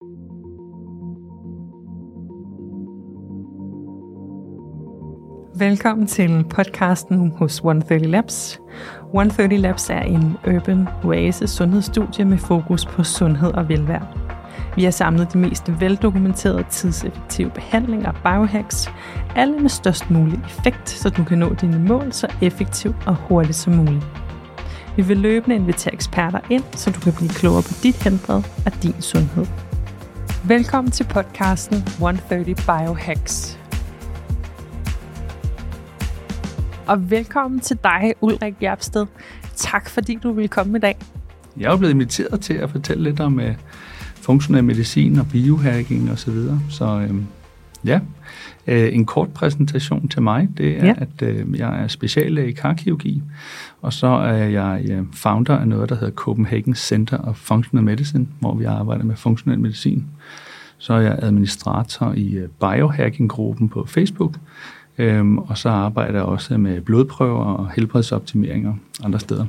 Velkommen til podcasten hos 130 Labs. 130 Labs er en urban oasis sundhedsstudie med fokus på sundhed og velvære. Vi har samlet de mest veldokumenterede tidseffektive behandlinger og biohacks, alle med størst mulig effekt, så du kan nå dine mål så effektivt og hurtigt som muligt. Vi vil løbende invitere eksperter ind, så du kan blive klogere på dit helbred og din sundhed. Velkommen til podcasten 130 Biohacks. Og velkommen til dig, Ulrik Jerpsted. Tak fordi du vil komme i dag. Jeg er jo blevet inviteret til at fortælle lidt om funktionel medicin og biohacking og så videre. Så en kort præsentation til mig, det er, at jeg er speciallæge i karkirurgi, og så er jeg founder af noget, der hedder Copenhagen Center of Functional Medicine, hvor vi arbejder med funktionel medicin. Så er jeg administrator i biohacking-gruppen på Facebook, og så arbejder jeg også med blodprøver og helbredsoptimeringer andre steder.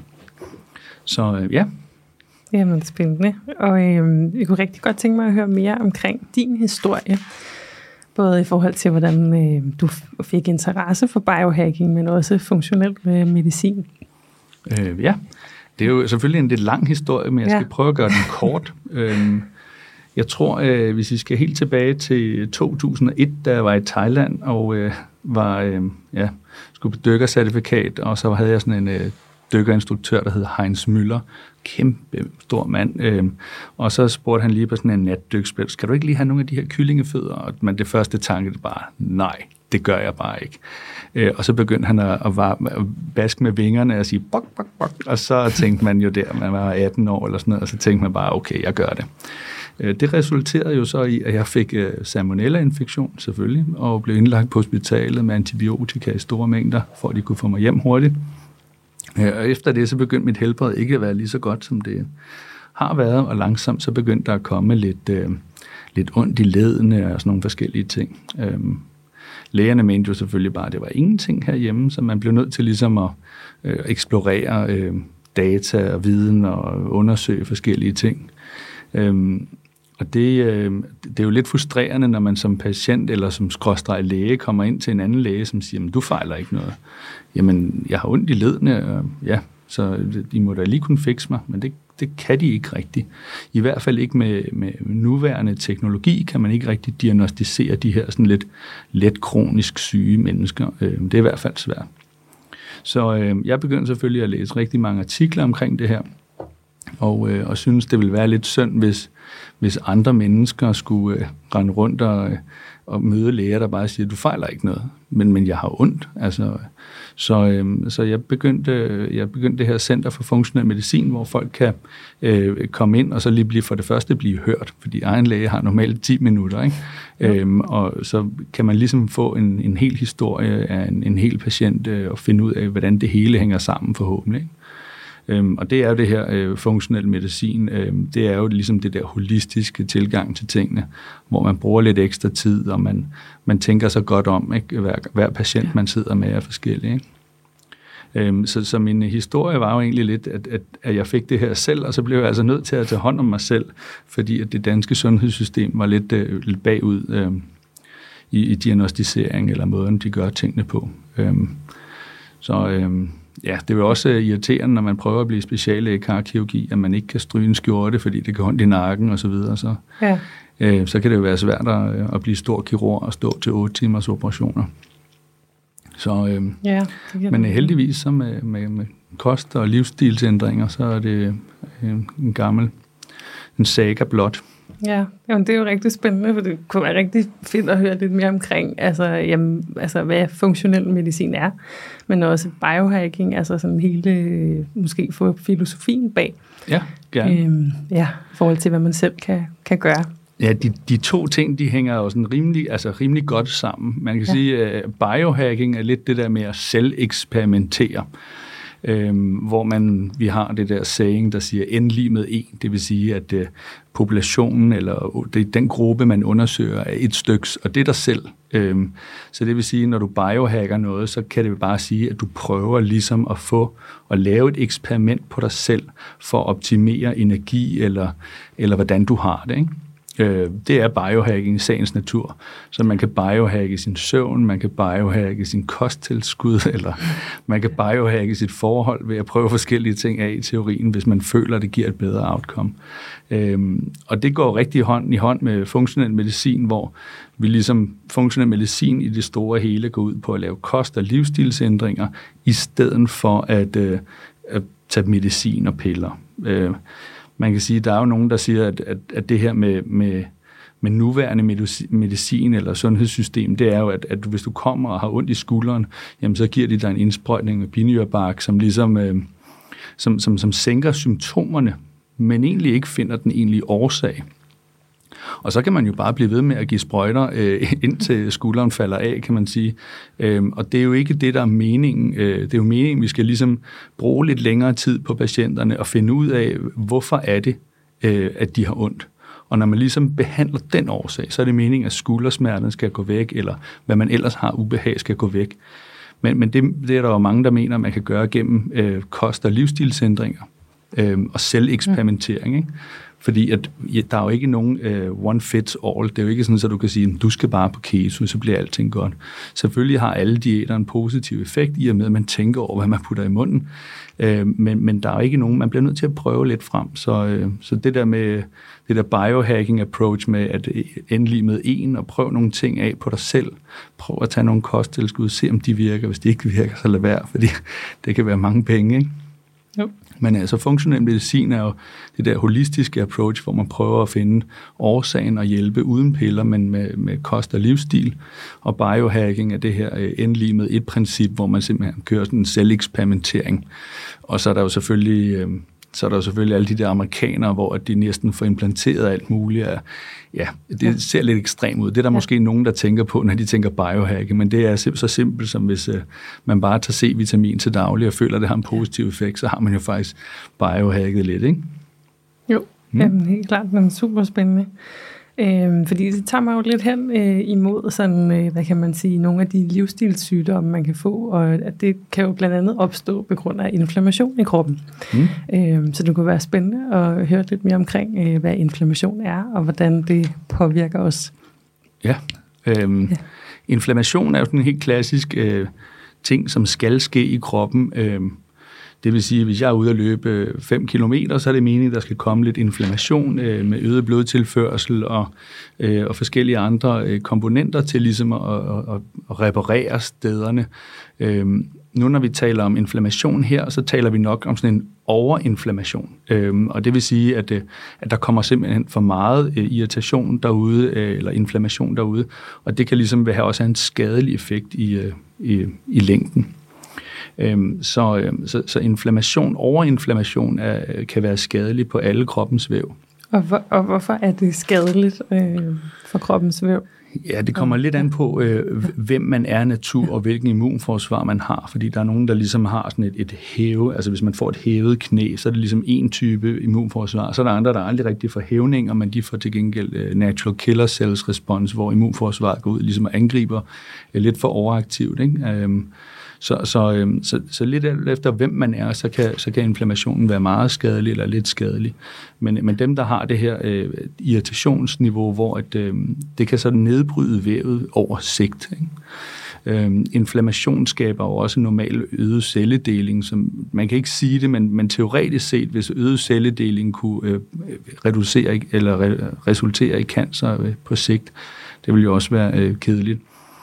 Så ja. Jamen, spændende. Og jeg kunne rigtig godt tænke mig at høre mere omkring din historie. Både i forhold til, hvordan du fik interesse for biohacking, men også funktionelt medicin. Ja, det er jo selvfølgelig en lidt lang historie, men jeg skal prøve at gøre den kort. Jeg tror, hvis I skal helt tilbage til 2001, da jeg var i Thailand og skulle på dykkercertifikat, og så havde jeg sådan en dykkerinstruktør, der hed Heinz Müller, kæmpe stor mand, og så spurgte han lige på sådan en natdykspil, skal du ikke lige have nogle af de her kyllingefødder? Men det første tanke, det bare, nej, det gør jeg bare ikke. Og så begyndte han at baske med vingerne og sige, bok, bok, bok, og så tænkte man jo der, man var 18 år eller sådan noget, og så tænkte man bare, okay, jeg gør det. Det resulterede jo så i, at jeg fik salmonella-infektion selvfølgelig, og blev indlagt på hospitalet med antibiotika i store mængder, for at de kunne få mig hjem hurtigt. Og efter det, så begyndte mit helbred ikke at være lige så godt, som det har været, og langsomt så begyndte der at komme lidt ondt i ledene og sådan nogle forskellige ting. Lægerne mente jo selvfølgelig bare, at det var ingenting herhjemme, så man blev nødt til ligesom at eksplorere data og viden og undersøge forskellige ting. Og det er jo lidt frustrerende, når man som patient eller som skråstreg læge kommer ind til en anden læge, som siger, du fejler ikke noget. Jamen, jeg har ondt i ledene, så de må da lige kunne fikse mig, men det kan de ikke rigtigt. I hvert fald ikke med nuværende teknologi kan man ikke rigtig diagnostisere de her sådan lidt let kronisk syge mennesker. Det er i hvert fald svært. Så jeg begyndte selvfølgelig at læse rigtig mange artikler omkring det her, og synes, det ville være lidt synd, hvis andre mennesker skulle rende rundt og møde læger, der bare siger, du fejler ikke noget, men jeg har ondt. Altså, så jeg begyndte det her Center for Funktionel Medicin, hvor folk kan komme ind og så lige for det første blive hørt, fordi egen læge har normalt 10 minutter, ikke? Og så kan man ligesom få en hel historie af en hel patient og finde ud af, hvordan det hele hænger sammen forhåbentlig, ikke? Og det er jo det her funktionel medicin, det er jo ligesom det der holistiske tilgang til tingene, hvor man bruger lidt ekstra tid, og man tænker sig godt om, ikke? Hver patient, man sidder med, er forskellig, ikke? Så min historie var jo egentlig lidt, at jeg fik det her selv, og så blev jeg altså nødt til at tage hånd om mig selv, fordi at det danske sundhedssystem var lidt bagud i diagnostisering, eller måden, de gør tingene på. Ja, det er jo også irriterende, når man prøver at blive speciallæge i karkirurgi, at man ikke kan stryge en skjorte, fordi det kan ondt i nakken og så videre. Så kan det jo være svært at blive stor kirurg og stå til 8 timers operationer. Så, men heldigvis så med kost og livsstilsændringer, så er det en saga blot. Ja, jamen det er jo rigtig spændende, for det kunne være rigtig fedt at høre lidt mere omkring, hvad funktionel medicin er, men også biohacking, altså sådan hele, måske få filosofien bag. Ja, gerne. I forhold til, hvad man selv kan gøre. Ja, de to ting, de hænger jo sådan rimelig godt sammen. Man kan sige, at biohacking er lidt det der med at selv eksperimentere. Hvor vi har det der saying, der siger n lig med 1, det vil sige, at populationen eller den gruppe, man undersøger, er et styks, og det er dig selv. Så det vil sige, når du biohacker noget, så kan det bare sige, at du prøver ligesom at lave et eksperiment på dig selv for at optimere energi, eller hvordan du har det, ikke? Det er biohacking i sagens natur. Så man kan biohacke sin søvn, man kan biohacke sin kosttilskud, eller man kan biohacke sit forhold ved at prøve forskellige ting af i teorien, hvis man føler, at det giver et bedre outcome. Og det går rigtig hånd i hånd med funktionel medicin, hvor vi ligesom funktionel medicin i det store hele går ud på at lave kost- og livsstilsændringer, i stedet for at tage medicin og piller. Man kan sige, at der er jo nogen, der siger, at det her med nuværende medicin eller sundhedssystem, det er jo, at hvis du kommer og har ondt i skulderen, jamen så giver de dig en indsprøjtning med binyrbark, som ligesom som sænker symptomerne, men egentlig ikke finder den egentlige årsag. Og så kan man jo bare blive ved med at give sprøjter, indtil skulderen falder af, kan man sige. Og det er jo ikke det, der er meningen. Det er jo meningen, vi skal ligesom bruge lidt længere tid på patienterne og finde ud af, hvorfor er det, at de har ondt. Og når man ligesom behandler den årsag, så er det meningen, at skuldersmerten skal gå væk, eller hvad man ellers har ubehag skal gå væk. Men det er der jo mange, der mener, man kan gøre gennem kost- og livsstilsændringer og selveksperimentering, ikke? Fordi at, der er jo ikke nogen one fits all. Det er jo ikke sådan, at du kan sige, du skal bare på keto, så bliver alting godt. Selvfølgelig har alle diæter en positiv effekt i og med, at man tænker over, hvad man putter i munden. Men der er jo ikke nogen, man bliver nødt til at prøve lidt frem. Så det der med det der biohacking approach med at endelig med og prøve nogle ting af på dig selv. Prøv at tage nogle kosttilskud, se om de virker. Hvis de ikke virker, så lad være, fordi det kan være mange penge, ikke? Jo. Men altså funktionel medicin er jo det der holistiske approach, hvor man prøver at finde årsagen og hjælpe uden piller, men med kost og livsstil. Og biohacking er det her endelig med et princip, hvor man simpelthen kører sådan en selveksperimentering. Og så er der jo selvfølgelig alle de der amerikanere, hvor de næsten får implanteret alt muligt. Ja, det ser lidt ekstremt ud. Det er der måske nogen, der tænker på, når de tænker biohacking, men det er så simpelt, som hvis man bare tager C-vitamin til daglig og føler, at det har en positiv effekt, så har man jo faktisk biohacket lidt, ikke? Jo, jamen, helt klart. Det er super spændende. Fordi det tager mig jo lidt hen imod sådan, hvad kan man sige, nogle af de livsstilssygdomme, man kan få, og at det kan jo blandt andet opstå på grund af inflammation i kroppen. Så det kunne være spændende at høre lidt mere omkring, hvad inflammation er, og hvordan det påvirker os. Ja, inflammation er jo sådan en helt klassisk ting, som skal ske i kroppen. Det vil sige, at hvis jeg er ude at løbe 5 kilometer, så er det meningen, at der skal komme lidt inflammation med øget blodtilførsel og forskellige andre komponenter til ligesom at reparere stederne. Nu når vi taler om inflammation her, så taler vi nok om sådan en overinflammation. Og det vil sige, at der kommer simpelthen for meget irritation derude, eller inflammation derude, og det kan ligesom også have en skadelig effekt i længden. Så inflammation, overinflammation kan være skadelig på alle kroppens væv. Og hvorfor er det skadeligt for kroppens væv? Ja, det kommer lidt an på, hvem man er natur, og hvilken immunforsvar man har. Fordi der er nogen, der ligesom har sådan et hæve, altså hvis man får et hævet knæ, så er det ligesom en type immunforsvar. Så er der andre, der aldrig rigtig får hævninger, men de får til gengæld natural killer cells response, hvor immunforsvaret går ud ligesom og angriber lidt for overaktivt, ikke? Så lidt efter hvem man er, så kan inflammationen være meget skadelig eller lidt skadelig. Men dem, der har det her irritationsniveau, hvor det kan så nedbryde vævet over sigt, ikke? Inflammation skaber jo også normal øget celledeling, som man kan ikke sige det, men teoretisk set, hvis øget celledeling kunne reducere eller resultere i cancer på sigt, det vil jo også være kedeligt.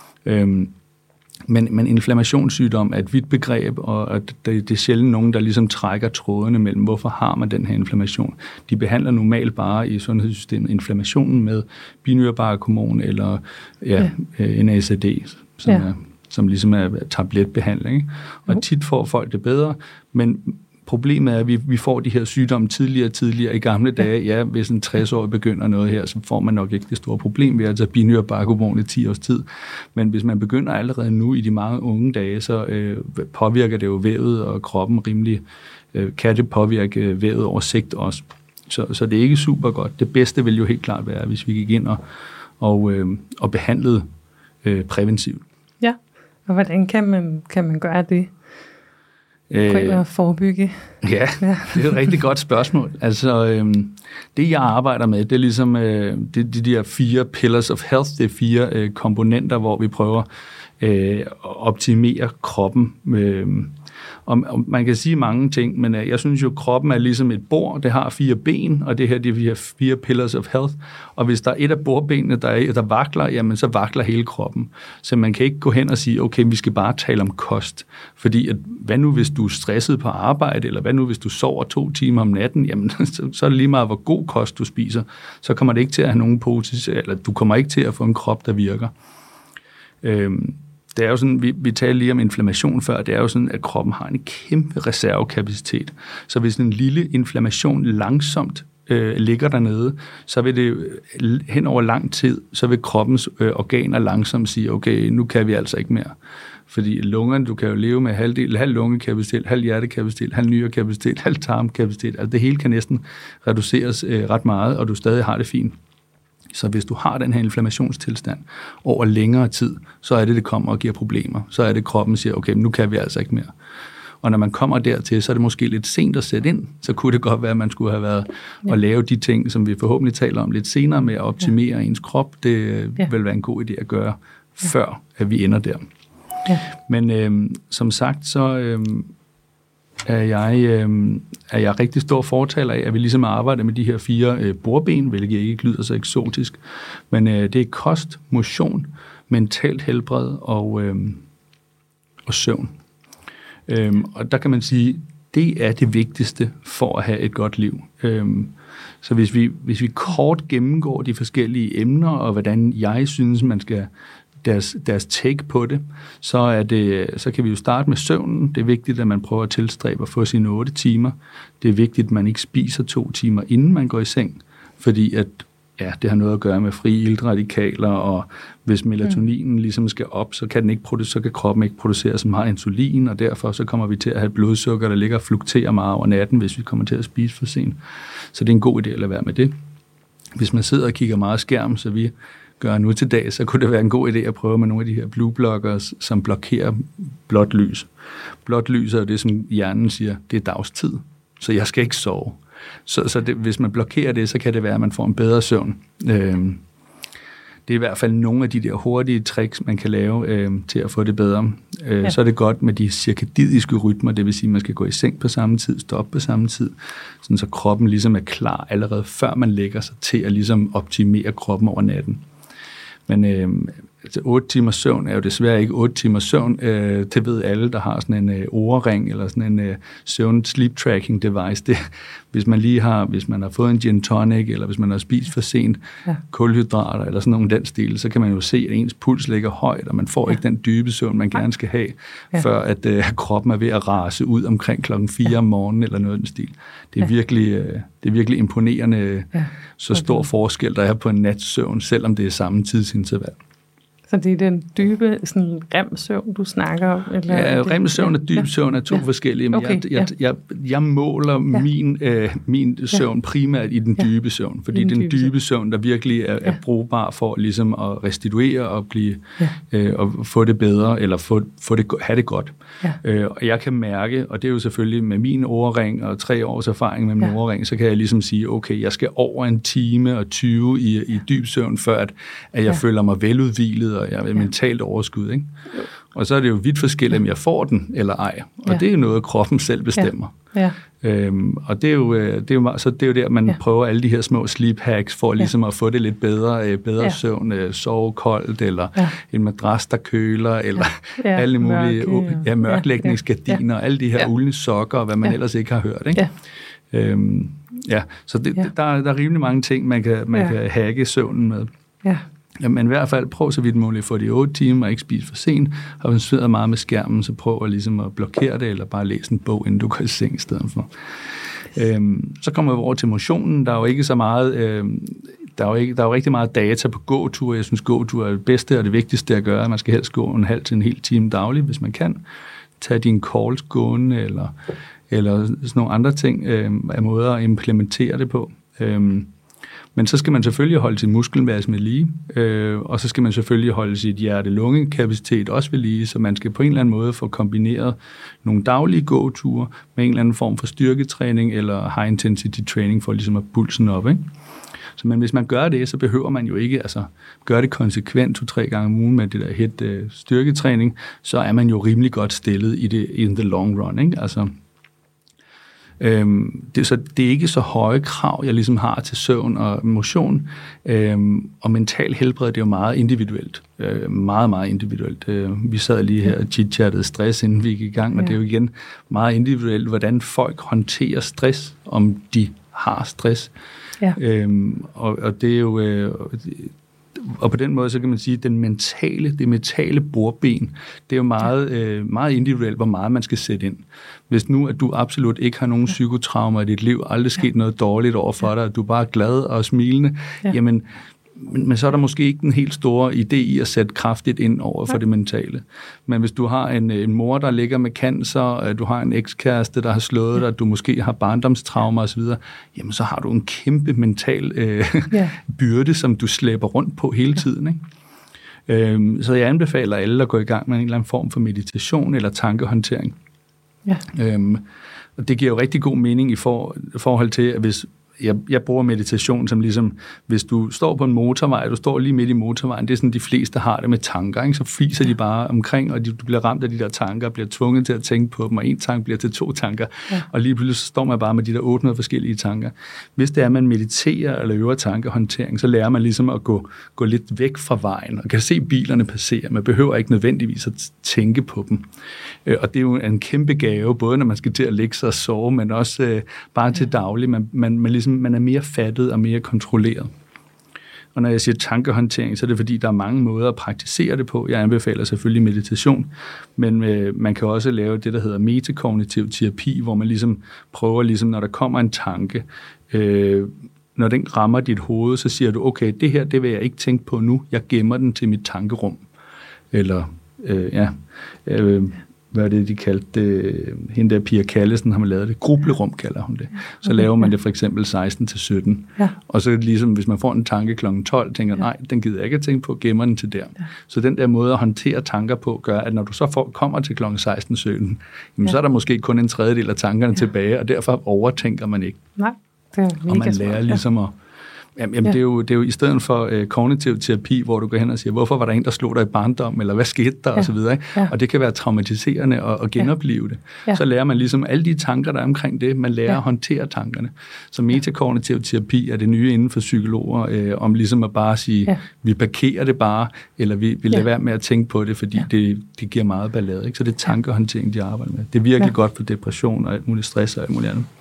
Men inflammationssygdom er et vidt begreb, og det er sjældent nogen, der ligesom trækker trådene mellem, hvorfor har man den her inflammation. De behandler normalt bare i sundhedssystemet inflammationen med binyrbarkhormon eller NSAID, som ligesom er tabletbehandling, ikke? Og tit får folk det bedre, men problemet er, at vi får de her sygdomme tidligere. I gamle dage, ja, hvis en 60-årig begynder noget her, så får man nok ikke det store problem ved at tage binyrbarkhormon i 10 års tid. Men hvis man begynder allerede nu i de mange unge dage, så påvirker det jo vævet og kroppen rimelig. Kan det påvirke vævet over sigt også. Så det er ikke super godt. Det bedste vil jo helt klart være, hvis vi gik ind og behandlede præventivt. Ja, og hvordan kan man gøre det? Prøv at forebygge. Ja, det er et rigtig godt spørgsmål. Altså, det jeg arbejder med, det er ligesom de der 4 pillars of health, det er 4 komponenter, hvor vi prøver at optimere kroppen. Og man kan sige mange ting, men jeg synes jo, at kroppen er ligesom et bord. Det har 4 ben, og det her det er 4 pillars of health. Og hvis der er et af bordbenene, der vakler, jamen så vakler hele kroppen. Så man kan ikke gå hen og sige, okay, vi skal bare tale om kost. Fordi hvad nu, hvis du er stresset på arbejde, eller hvad nu, hvis du sover 2 timer om natten, jamen så er det lige meget, hvor god kost du spiser. Så kommer det ikke til at have nogen positiv, eller du kommer ikke til at få en krop, der virker. Det er jo sådan, vi talte lige om inflammation før, det er jo sådan, at kroppen har en kæmpe reservekapacitet. Så hvis en lille inflammation langsomt ligger dernede, så vil det hen over lang tid, så vil kroppens organer langsomt sige, okay, nu kan vi altså ikke mere. Fordi lungerne, du kan jo leve med halv lungekapacitet, halv hjertekapacitet, halv nyrekapacitet, halv tarmkapacitet. Altså det hele kan næsten reduceres ret meget, og du stadig har det fint. Så hvis du har den her inflammationstilstand over længere tid, så er det kommer og giver problemer. Så er det, kroppen siger, okay, nu kan vi altså ikke mere. Og når man kommer dertil, så er det måske lidt sent at sætte ind. Så kunne det godt være, at man skulle have været og lave de ting, som vi forhåbentlig taler om lidt senere med at optimere ens krop. Det vil være en god idé at gøre, før at vi ender der. Ja. Men som sagt, så er jeg rigtig stor fortaler af, at vi ligesom arbejder med de her 4 bordben, hvilket ikke lyder så eksotisk. Men det er kost, motion, mentalt helbred og søvn. Og der kan man sige, det er det vigtigste for at have et godt liv. Så hvis vi kort gennemgår de forskellige emner, og hvordan jeg synes, man skal deres take på det, så kan vi jo starte med søvnen. Det er vigtigt, at man prøver at tilstræbe at få sine 8 timer. Det er vigtigt, at man ikke spiser 2 timer, inden man går i seng, fordi at det har noget at gøre med frie iltradikaler, og hvis melatoninen ligesom skal op, så kan kroppen ikke producere så meget insulin, og derfor så kommer vi til at have et blodsukker, der ligger og flukterer meget over natten, hvis vi kommer til at spise for sent. Så det er en god idé at lade være med det. Hvis man sidder og kigger meget skærm, så vi gør nu til dag, så kunne det være en god idé at prøve med nogle af de her blue blockers, som blokerer blåt lys. Blåt lys er jo det, som hjernen siger, det er dagstid, så jeg skal ikke sove. Så hvis man blokerer det, så kan det være, at man får en bedre søvn. Det er i hvert fald nogle af de der hurtige tricks, man kan lave til at få det bedre. Så er det godt med de cirkadidiske rytmer, det vil sige, at man skal gå i seng på samme tid, stoppe på samme tid, sådan så kroppen ligesom er klar allerede før man lægger sig til at ligesom optimere kroppen over natten. Men 8 timers søvn er jo desværre ikke 8 timers søvn. Det ved alle, der har sådan en Oura-ring eller sådan en søvn sleep tracking device. Hvis man har fået en gin tonic, eller hvis man har spist for sent kulhydrater eller sådan nogle den stil, så kan man jo se, at ens puls ligger højt, og man får ikke den dybe søvn, man gerne skal have, før at kroppen er ved at rase ud omkring klokken 4 om morgenen eller noget den stil. Det er virkelig imponerende, så stor forskel, der er på en natsøvn, selvom det er samme tidsinterval. Så det er den dybe sådan rem-søvn, du snakker om? Eller ja, rem-søvn og dyb søvn er 2 forskellige, men jeg måler min søvn primært i den dybe søvn, fordi den dybe søvn, der virkelig er brugbar for ligesom at restituere og blive og få det bedre, eller have det godt. Og jeg kan mærke, og det er jo selvfølgelig med min Oura-ring og 3 års erfaring med min Oura-ring, så kan jeg ligesom sige, okay, jeg skal over 1 time og 20 i dyb søvn, før at jeg føler mig veludhvilet, og jeg er mentalt overskud, ikke? Og så er det jo vidt forskelligt, om jeg får den eller ej. Og det er jo noget, kroppen selv bestemmer. Og det er jo der, man prøver alle de her små sleep hacks, for ligesom at få det lidt bedre søvn, sove koldt, eller en madras, der køler, eller alle mulige mørklægningsgardiner, og alle de her uldne sokker, og hvad man ellers ikke har hørt, ikke? Så der er rimelig mange ting, man kan hacke søvnen med. Men i hvert fald prøv så vidt muligt at få de 8 timer og ikke spise for sent. Og hvis du sidder meget med skærmen, så prøv at, ligesom at blokere det, eller bare læse en bog, inden du går i seng i stedet for. Så kommer vi over til motionen. Der er jo ikke så meget... Der er jo rigtig meget data på gåtur. Jeg synes, gåtur er det bedste og det vigtigste at gøre. Man skal helst gå en halv til en hel time dagligt, hvis man kan. Tag dine calls gående, eller sådan nogle andre ting af måder at implementere det på. Men så skal man selvfølgelig holde sin muskelmasse med lige, og så skal man selvfølgelig holde sit hjerte-lunge-kapacitet også ved lige, så man skal på en eller anden måde få kombineret nogle daglige gåture med en eller anden form for styrketræning eller high-intensity training for ligesom at pulsen op, ikke? Så men hvis man gør det, så behøver man jo ikke gøre det konsekvent 2-3 gange om ugen med det der hit styrketræning, så er man jo rimelig godt stillet i det in the long run, ikke? Altså, så det er ikke så høje krav, jeg ligesom har til søvn og motion, og mental helbred, det er jo meget individuelt. Meget, meget individuelt. Vi sad lige her og chit-chattede stress, inden vi gik i gang, og det er jo igen meget individuelt, hvordan folk håndterer stress, om de har stress. Ja. Og det er jo... og på den måde, så kan man sige, at det mentale bordben, det er jo meget, meget individuelt, hvor meget man skal sætte ind. Hvis nu, at du absolut ikke har nogen psykotraumer i dit liv, aldrig sket noget dårligt over for dig, at du bare er glad og smilende, jamen, men så er der måske ikke den helt store idé i at sætte kraftigt ind over for det mentale. Men hvis du har en mor, der ligger med cancer, du har en ekskæreste, der har slået dig, du måske har barndomstraumer osv., jamen så har du en kæmpe mental byrde, som du slæber rundt på hele tiden, ikke? Så jeg anbefaler alle at gå i gang med en eller anden form for meditation eller tankehåndtering. Ja. Og det giver jo rigtig god mening i forhold til, at hvis jeg bruger meditation som ligesom, hvis du står på en motorvej, du står lige midt i motorvejen, det er sådan, de fleste har det med tanker, ikke? Så fiser de bare omkring, og du bliver ramt af de der tanker, og bliver tvunget til at tænke på dem, og en tanke bliver til 2 tanker, og lige pludselig så står man bare med de der 800 forskellige tanker. Hvis det er, at man mediterer eller øver tankehåndtering, så lærer man ligesom at gå lidt væk fra vejen, og kan se bilerne passere. Man behøver ikke nødvendigvis at tænke på dem. Og det er jo en kæmpe gave, både når man skal til at ligge sig og sove, men også bare til daglig. Man er mere fattet og mere kontrolleret. Og når jeg siger tankehåndtering, så er det fordi, der er mange måder at praktisere det på. Jeg anbefaler selvfølgelig meditation, men man kan også lave det, der hedder metakognitiv terapi, hvor man ligesom prøver, når der kommer en tanke, når den rammer dit hoved, så siger du, okay, det her, det vil jeg ikke tænke på nu, jeg gemmer den til mit tankerum. Eller, hvad er det, de kaldte det? Hende der Pia Kallesen har man lavet det. Grublerum kalder hun det. Så laver man det for eksempel 16-17. Ja. Og så ligesom, hvis man får en tanke kl. 12, tænker nej, den gider jeg ikke at tænke på, gemmer den til der. Ja. Så den der måde at håndtere tanker på, gør, at når du så kommer til kl. 16-17, jamen, så er der måske kun en tredjedel af tankerne tilbage, og derfor overtænker man ikke. Nej, det er mega. Og man lærer ligesom at... Jamen, det er jo i stedet for kognitiv terapi, hvor du går hen og siger, hvorfor var der en, der slog dig i barndom, eller hvad skete der, og så videre. Ikke? Ja. Og det kan være traumatiserende at genopleve det. Ja. Så lærer man ligesom alle de tanker, der er omkring det, man lærer at håndtere tankerne. Så metakognitiv terapi er det nye inden for psykologer, om ligesom at bare sige, vi parkerer det bare, eller vi lader være med at tænke på det, fordi det giver meget ballade. Ikke? Så det er tankehåndtering, de arbejder med. Det er virkelig godt for depression og alt muligt stress og alt muligt andet.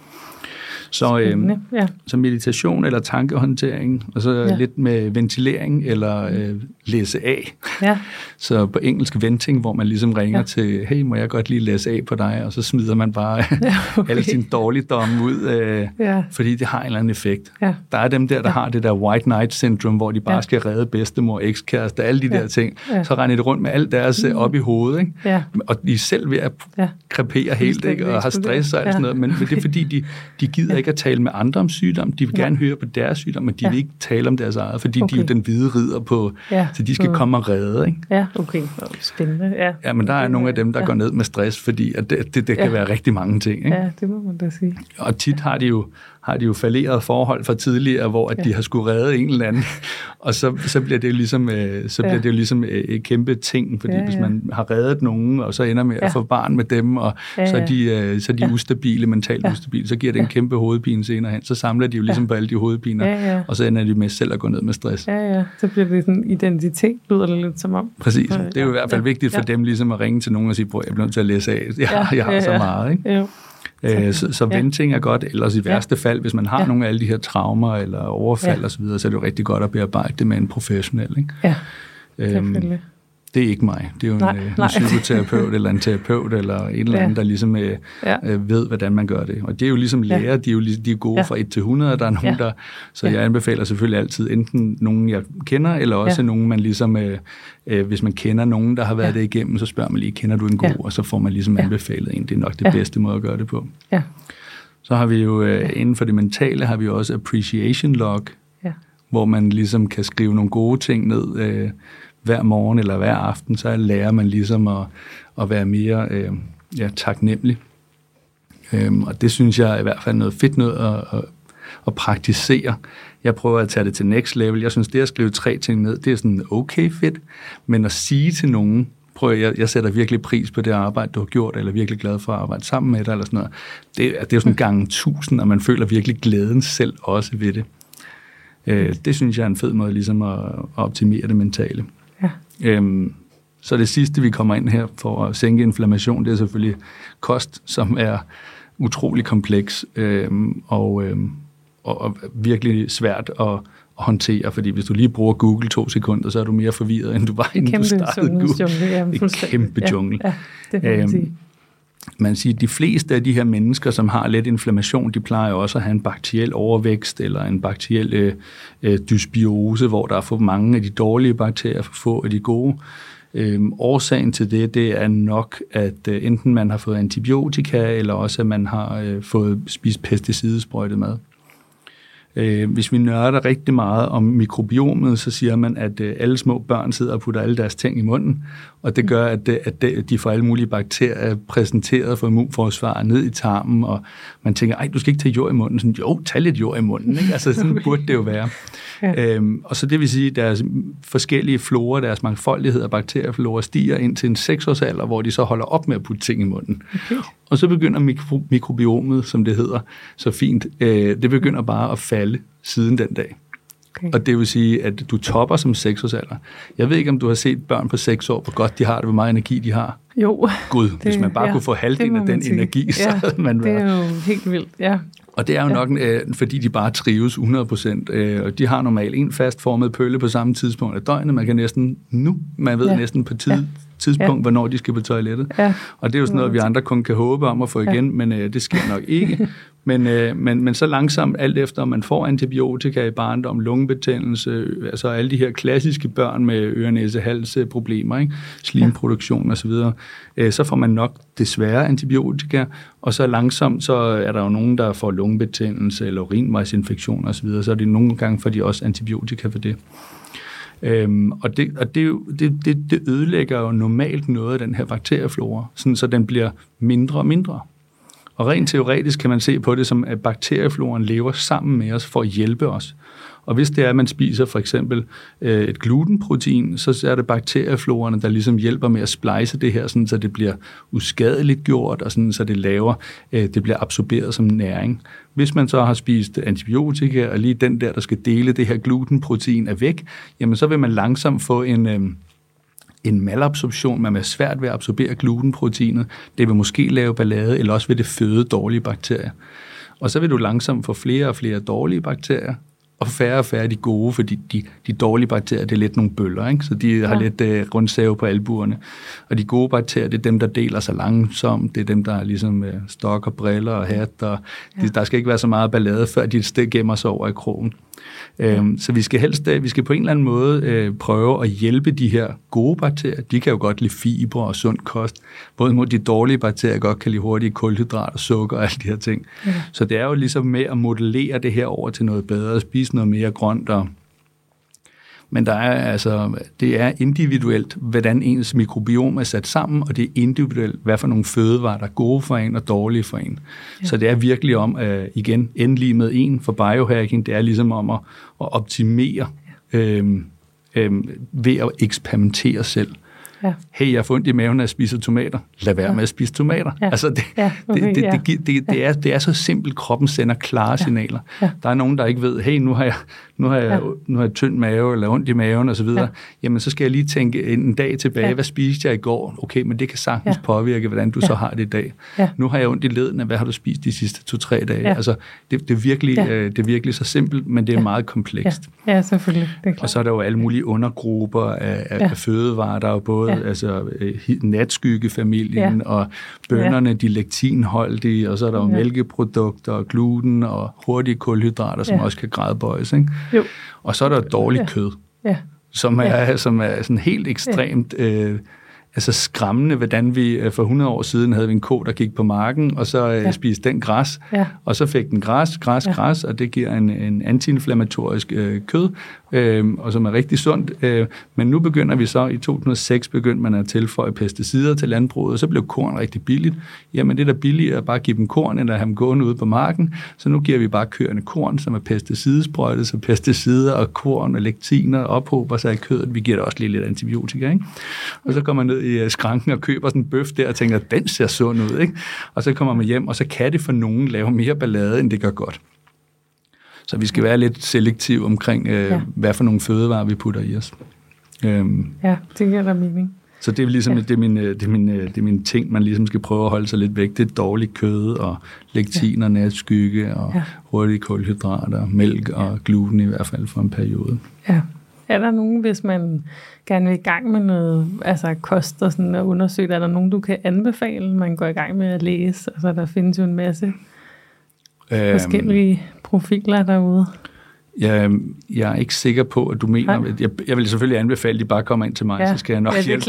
Så meditation eller tankehåndtering, og så lidt med ventilering eller læse af. Ja. Så på engelsk venting, hvor man ligesom ringer til, hey, må jeg godt lige læse af på dig, og så smider man bare alle sine dårligdomme ud, fordi det har en eller anden effekt. Ja. Der er dem der har det der white knight syndrome, hvor de bare skal redde bedstemor, ekskæreste, alle de der ting. Ja. Så render de rundt med alt deres op i hovedet, ikke? Ja. Og de er selv ved at krepere helt, ikke? Og har stress og alt sådan noget, men det er fordi, de gider ikke at tale med andre om sygdom. De vil gerne høre på deres sygdom, men de vil ikke tale om deres eget, fordi de er jo den hvide ridder på, så de skal komme og redde, ikke? Ja, okay. Spændende. Ja, men der er nogle af dem, der går ned med stress, fordi at det kan være rigtig mange ting, ikke? Ja, det må man da sige. Og tit har de jo falderet forhold fra tidligere, hvor at de har skulle redde en eller anden, og så bliver det jo ligesom, et kæmpe ting, fordi hvis man har reddet nogen, og så ender med at få barn med dem, og så er de ustabile, mentalt ustabile, så giver det en kæmpe hovedpine senere hen, så samler de jo ligesom på alle de hovedpiner, og så ender de med selv at gå ned med stress. Ja, så bliver det sådan identitet, lyder det lidt som om. Præcis, det er jo i hvert fald vigtigt for dem ligesom at ringe til nogen og sige, jeg bliver nødt til at læse af, jeg har så meget, ikke? Jo. Så venting er godt, ellers i værste fald, hvis man har nogle af alle de her traumer eller overfald og så videre, så er det jo rigtig godt at bearbejde det med en professionel, ikke? Ja, selvfølgelig. Det er ikke mig. Det er jo en psykoterapeut eller en terapeut eller en eller anden, der ligesom ved, hvordan man gør det. Og det er jo ligesom læger, de er gode fra 1 til 100, der er nogen, der... Så jeg anbefaler selvfølgelig altid enten nogen, jeg kender, eller også nogen, man ligesom... hvis man kender nogen, der har været det igennem, så spørger man lige, kender du en god? Og så får man ligesom anbefalet en. Det er nok det bedste måde at gøre det på. Ja. Så har vi jo inden for det mentale, har vi også appreciation log. hvor man ligesom kan skrive nogle gode ting ned hver morgen eller hver aften, så lærer man ligesom at være mere taknemmelig. Og det synes jeg er i hvert fald noget fedt noget at praktisere. Jeg prøver at tage det til next level. Jeg synes, det at skrive 3 ting ned, det er sådan okay fedt, men at sige til nogen, jeg sætter virkelig pris på det arbejde, du har gjort, eller virkelig glad for at arbejde sammen med dig, eller sådan noget. Det er jo sådan gange 1000, og man føler virkelig glæden selv også ved det. Det synes jeg er en fed måde ligesom at optimere det mentale. Ja. Så det sidste, vi kommer ind her for at sænke inflammation, det er selvfølgelig kost, som er utrolig kompleks og virkelig svært at håndtere, fordi hvis du lige bruger Google 2 sekunder, så er du mere forvirret, end du var, inden du startede Google. Det er en kæmpe jungle. Ja, det må man sige. Man siger, at de fleste af de her mennesker, som har let inflammation, de plejer også at have en bakteriel overvækst eller en bakteriel dysbiose, hvor der er for mange af de dårlige bakterier, for få af de gode. Årsagen til det er nok, at enten man har fået antibiotika, eller også at man har fået spist pesticidesprøjtet mad. Hvis vi nørder rigtig meget om mikrobiomet, så siger man, at alle små børn sidder og putter alle deres ting i munden, og det gør, at de får alle mulige bakterier præsenteret for immunforsvar ned i tarmen, og man tænker, ej, du skal ikke tage jord i munden. Sådan, jo, tag lidt jord i munden. Ikke? Altså, sådan burde det jo være. Ja. Og så det vil sige, at deres forskellige flora, deres mangfoldighed af bakterieflora stiger ind til en 6-årsalder, hvor de så holder op med at putte ting i munden. Okay. Og så begynder mikrobiomet, som det hedder, så fint, det begynder bare at falde siden den dag. Okay. Og det vil sige, at du topper som 6-årsalder. Jeg ved ikke, om du har set børn på 6 år, hvor godt de har det, hvor meget energi de har. Jo. Gud, hvis man bare kunne få halvdelen af den energi, så havde man været. Det er jo helt vildt, ja. Og det er jo nok, fordi de bare trives 100%. Og de har normalt en fastformet pølle på samme tidspunkt af døgnet. Man kan næsten næsten på tidspunkt, hvornår de skal på toilettet. Ja. Og det er jo sådan noget, vi andre kun kan håbe om at få igen, men det sker nok ikke. Men så langsomt, alt efter, om man får antibiotika i barndom, lungebetændelse, altså alle de her klassiske børn med øre-næse-hals-problemer, ikke? Slimproduktion osv., så får man nok desværre antibiotika, og så langsomt, så er der jo nogen, der får lungebetændelse eller urinvejsinfektion osv., så er det nogle gange, får de også antibiotika for det. Og det ødelægger jo normalt noget af den her bakterieflora, sådan, så den bliver mindre og mindre. Og rent teoretisk kan man se på det som, at bakteriefloren lever sammen med os for at hjælpe os. Og hvis det er, at man spiser for eksempel et glutenprotein, så er det bakterieflorerne, der ligesom hjælper med at splice det her, sådan, så det bliver uskadeligt gjort, og sådan, så det bliver absorberet som næring. Hvis man så har spist antibiotika, og lige den der skal dele det her glutenprotein er væk, jamen så vil man langsomt få en malabsorption, man er svært ved at absorbere glutenproteinet. Det vil måske lave ballade, eller også vil det føde dårlige bakterier. Og så vil du langsomt få flere og flere dårlige bakterier, og færre de gode, fordi de dårlige bakterier, det er lidt nogle bøller, ikke? Så de har lidt rundsave på albuerne. Og de gode bakterier, det er dem, der deler sig langsomt, det er dem, der har ligesom stok og briller og hat, og der skal ikke være så meget ballade, før de gemmer sig over i krogen. Så vi skal på en eller anden måde prøve at hjælpe de her gode bakterier. De kan jo godt lide fibre og sund kost, både mod de dårlige bakterier godt kan lide hurtige kulhydrater, sukker og alle de her ting. Ja. Så det er jo ligesom med at modellere det her over til noget bedre, at spise noget mere grønt. Men det er individuelt, hvordan ens mikrobiom er sat sammen, og det er individuelt, hvad for nogle fødevarer, der er gode for en og dårlige for en. Ja. Så det er virkelig om, igen, endelig med en for biohacking, det er ligesom om at optimere ved at eksperimentere selv. Ja. Hey, jeg har fundet i maven, når jeg spiser tomater. Lad være med at spise tomater. Ja. Altså, det er så simpelt, kroppen sender klare signaler. Ja. Der er nogen, der ikke ved, hey, nu har jeg tynd mave, eller ondt i maven, og så videre. Ja. Jamen, så skal jeg lige tænke en dag tilbage, hvad spiste jeg i går? Okay, men det kan sagtens påvirke, hvordan du så har det i dag. Ja. Nu har jeg ondt i ledene, hvad har du spist de sidste 2-3 dage? Ja. Altså, det er virkelig så simpelt, men det er meget komplekst. Ja, selvfølgelig. Det er klart. Og så er der jo alle mulige undergrupper af fødevarer, der er jo både natskyggefamilien og bønnerne, de lektinholdige, og så er der jo mælkeprodukter og gluten og hurtige kulhydrater, som også kan gradbøjes, ikke? Jo. Og så er der dårligt kød, som er sådan helt ekstremt altså skræmmende, hvordan vi for 100 år siden havde vi en ko, der gik på marken, og så spiste den græs, og så fik den græs, og det giver en antiinflammatorisk kød, og som er rigtig sundt. Men nu begynder vi så, i 2006 begyndte man at tilføje pesticider til landbruget, og så blev korn rigtig billigt. Jamen det er da billigere at bare give dem korn, end at have dem gående ude på marken, så nu giver vi bare køerne korn, som er pesticidesprøjtet, så pesticider og korn og lektiner ophober sig i kødet. Vi giver da også lige lidt antibiotika, ikke? Og så kommer man ned i skranken og køber sådan en bøf der og tænker, at den ser sund ud, ikke? Og så kommer man hjem, og så kan det for nogen lave mere ballade, end det gør godt. Så vi skal være lidt selektive omkring, hvad for nogle fødevarer vi putter i os. Ja, det giver der mening. Så det er ligesom det er min ting, man ligesom skal prøve at holde sig lidt væk. Det er dårligt kød og lektiner, natskygge og hurtige kulhydrater, mælk og gluten i hvert fald for en periode. Ja. Er der nogen, hvis man gerne vil i gang med noget, altså kost og sådan at undersøge, er der nogen, du kan anbefale, man går i gang med at læse? Altså der findes jo en masse forskellige profiler derude. Jeg er ikke sikker på, at du mener... Jeg vil selvfølgelig anbefale, at de bare kommer ind til mig, så skal jeg nok hjælpe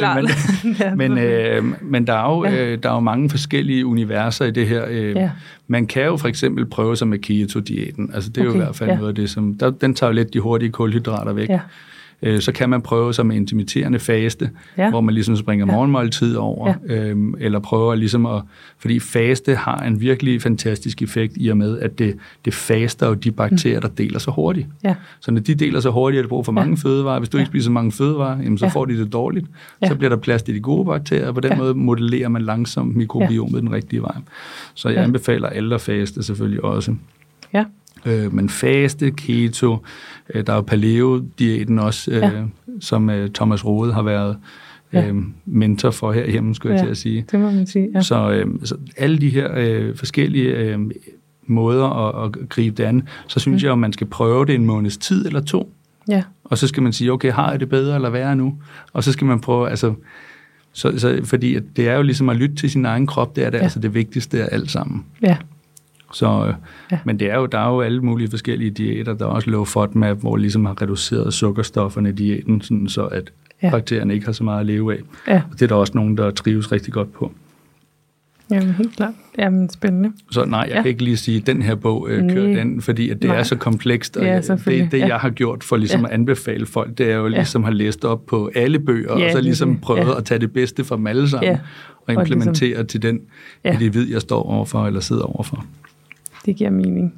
dem. Men der er jo mange forskellige universer i det her. Man kan jo for eksempel prøve sig med keto-diæten. Altså det er jo i hvert fald noget af det, som... Den tager jo lidt de hurtige kulhydrater væk. Ja. Så kan man prøve sig med intermitterende faste, hvor man ligesom springer morgenmåltid over, eller prøver ligesom at... Fordi faste har en virkelig fantastisk effekt i og med, at det faster jo de bakterier, der deler sig hurtigt. Ja. Så når de deler sig hurtigt, er det brug for mange fødevarer. Hvis du ikke spiser mange fødevarer, jamen, så får de det dårligt. Så bliver der plads til de gode bakterier, og på den måde modellerer man langsomt mikrobiomet den rigtige vej. Så jeg anbefaler alle at faste selvfølgelig også. Ja. Men faste, keto, der er jo paleo-diæten også, som Thomas Rode har været mentor for herhjemme, skulle jeg til at sige. Det må man sige, ja. Så alle de her forskellige måder at gribe det an, så synes jeg, at man skal prøve det en måneds tid eller 2. Ja. Og så skal man sige, okay, har jeg det bedre eller værre nu? Og så skal man prøve, altså... Så, fordi det er jo ligesom at lytte til sin egen krop, det er det altså det vigtigste af alt sammen. Ja. Så, men der er jo alle mulige forskellige diæter. Der er også low FODMAP, hvor ligesom har reduceret sukkerstofferne i diæten, sådan så at bakterierne ikke har så meget at leve af. Ja. Og det er der også nogen, der trives rigtig godt på. Jamen helt klart. Jamen spændende. Så nej, jeg kan ikke lige sige, at den her bog kører den, fordi at det er så komplekst. Og det jeg har gjort for ligesom at anbefale folk, det er jo ligesom at have læst op på alle bøger, og så ligesom prøvet at tage det bedste fra dem alle sammen, og implementere ligesom, til den individ, jeg står overfor eller sidder overfor. Det giver mening.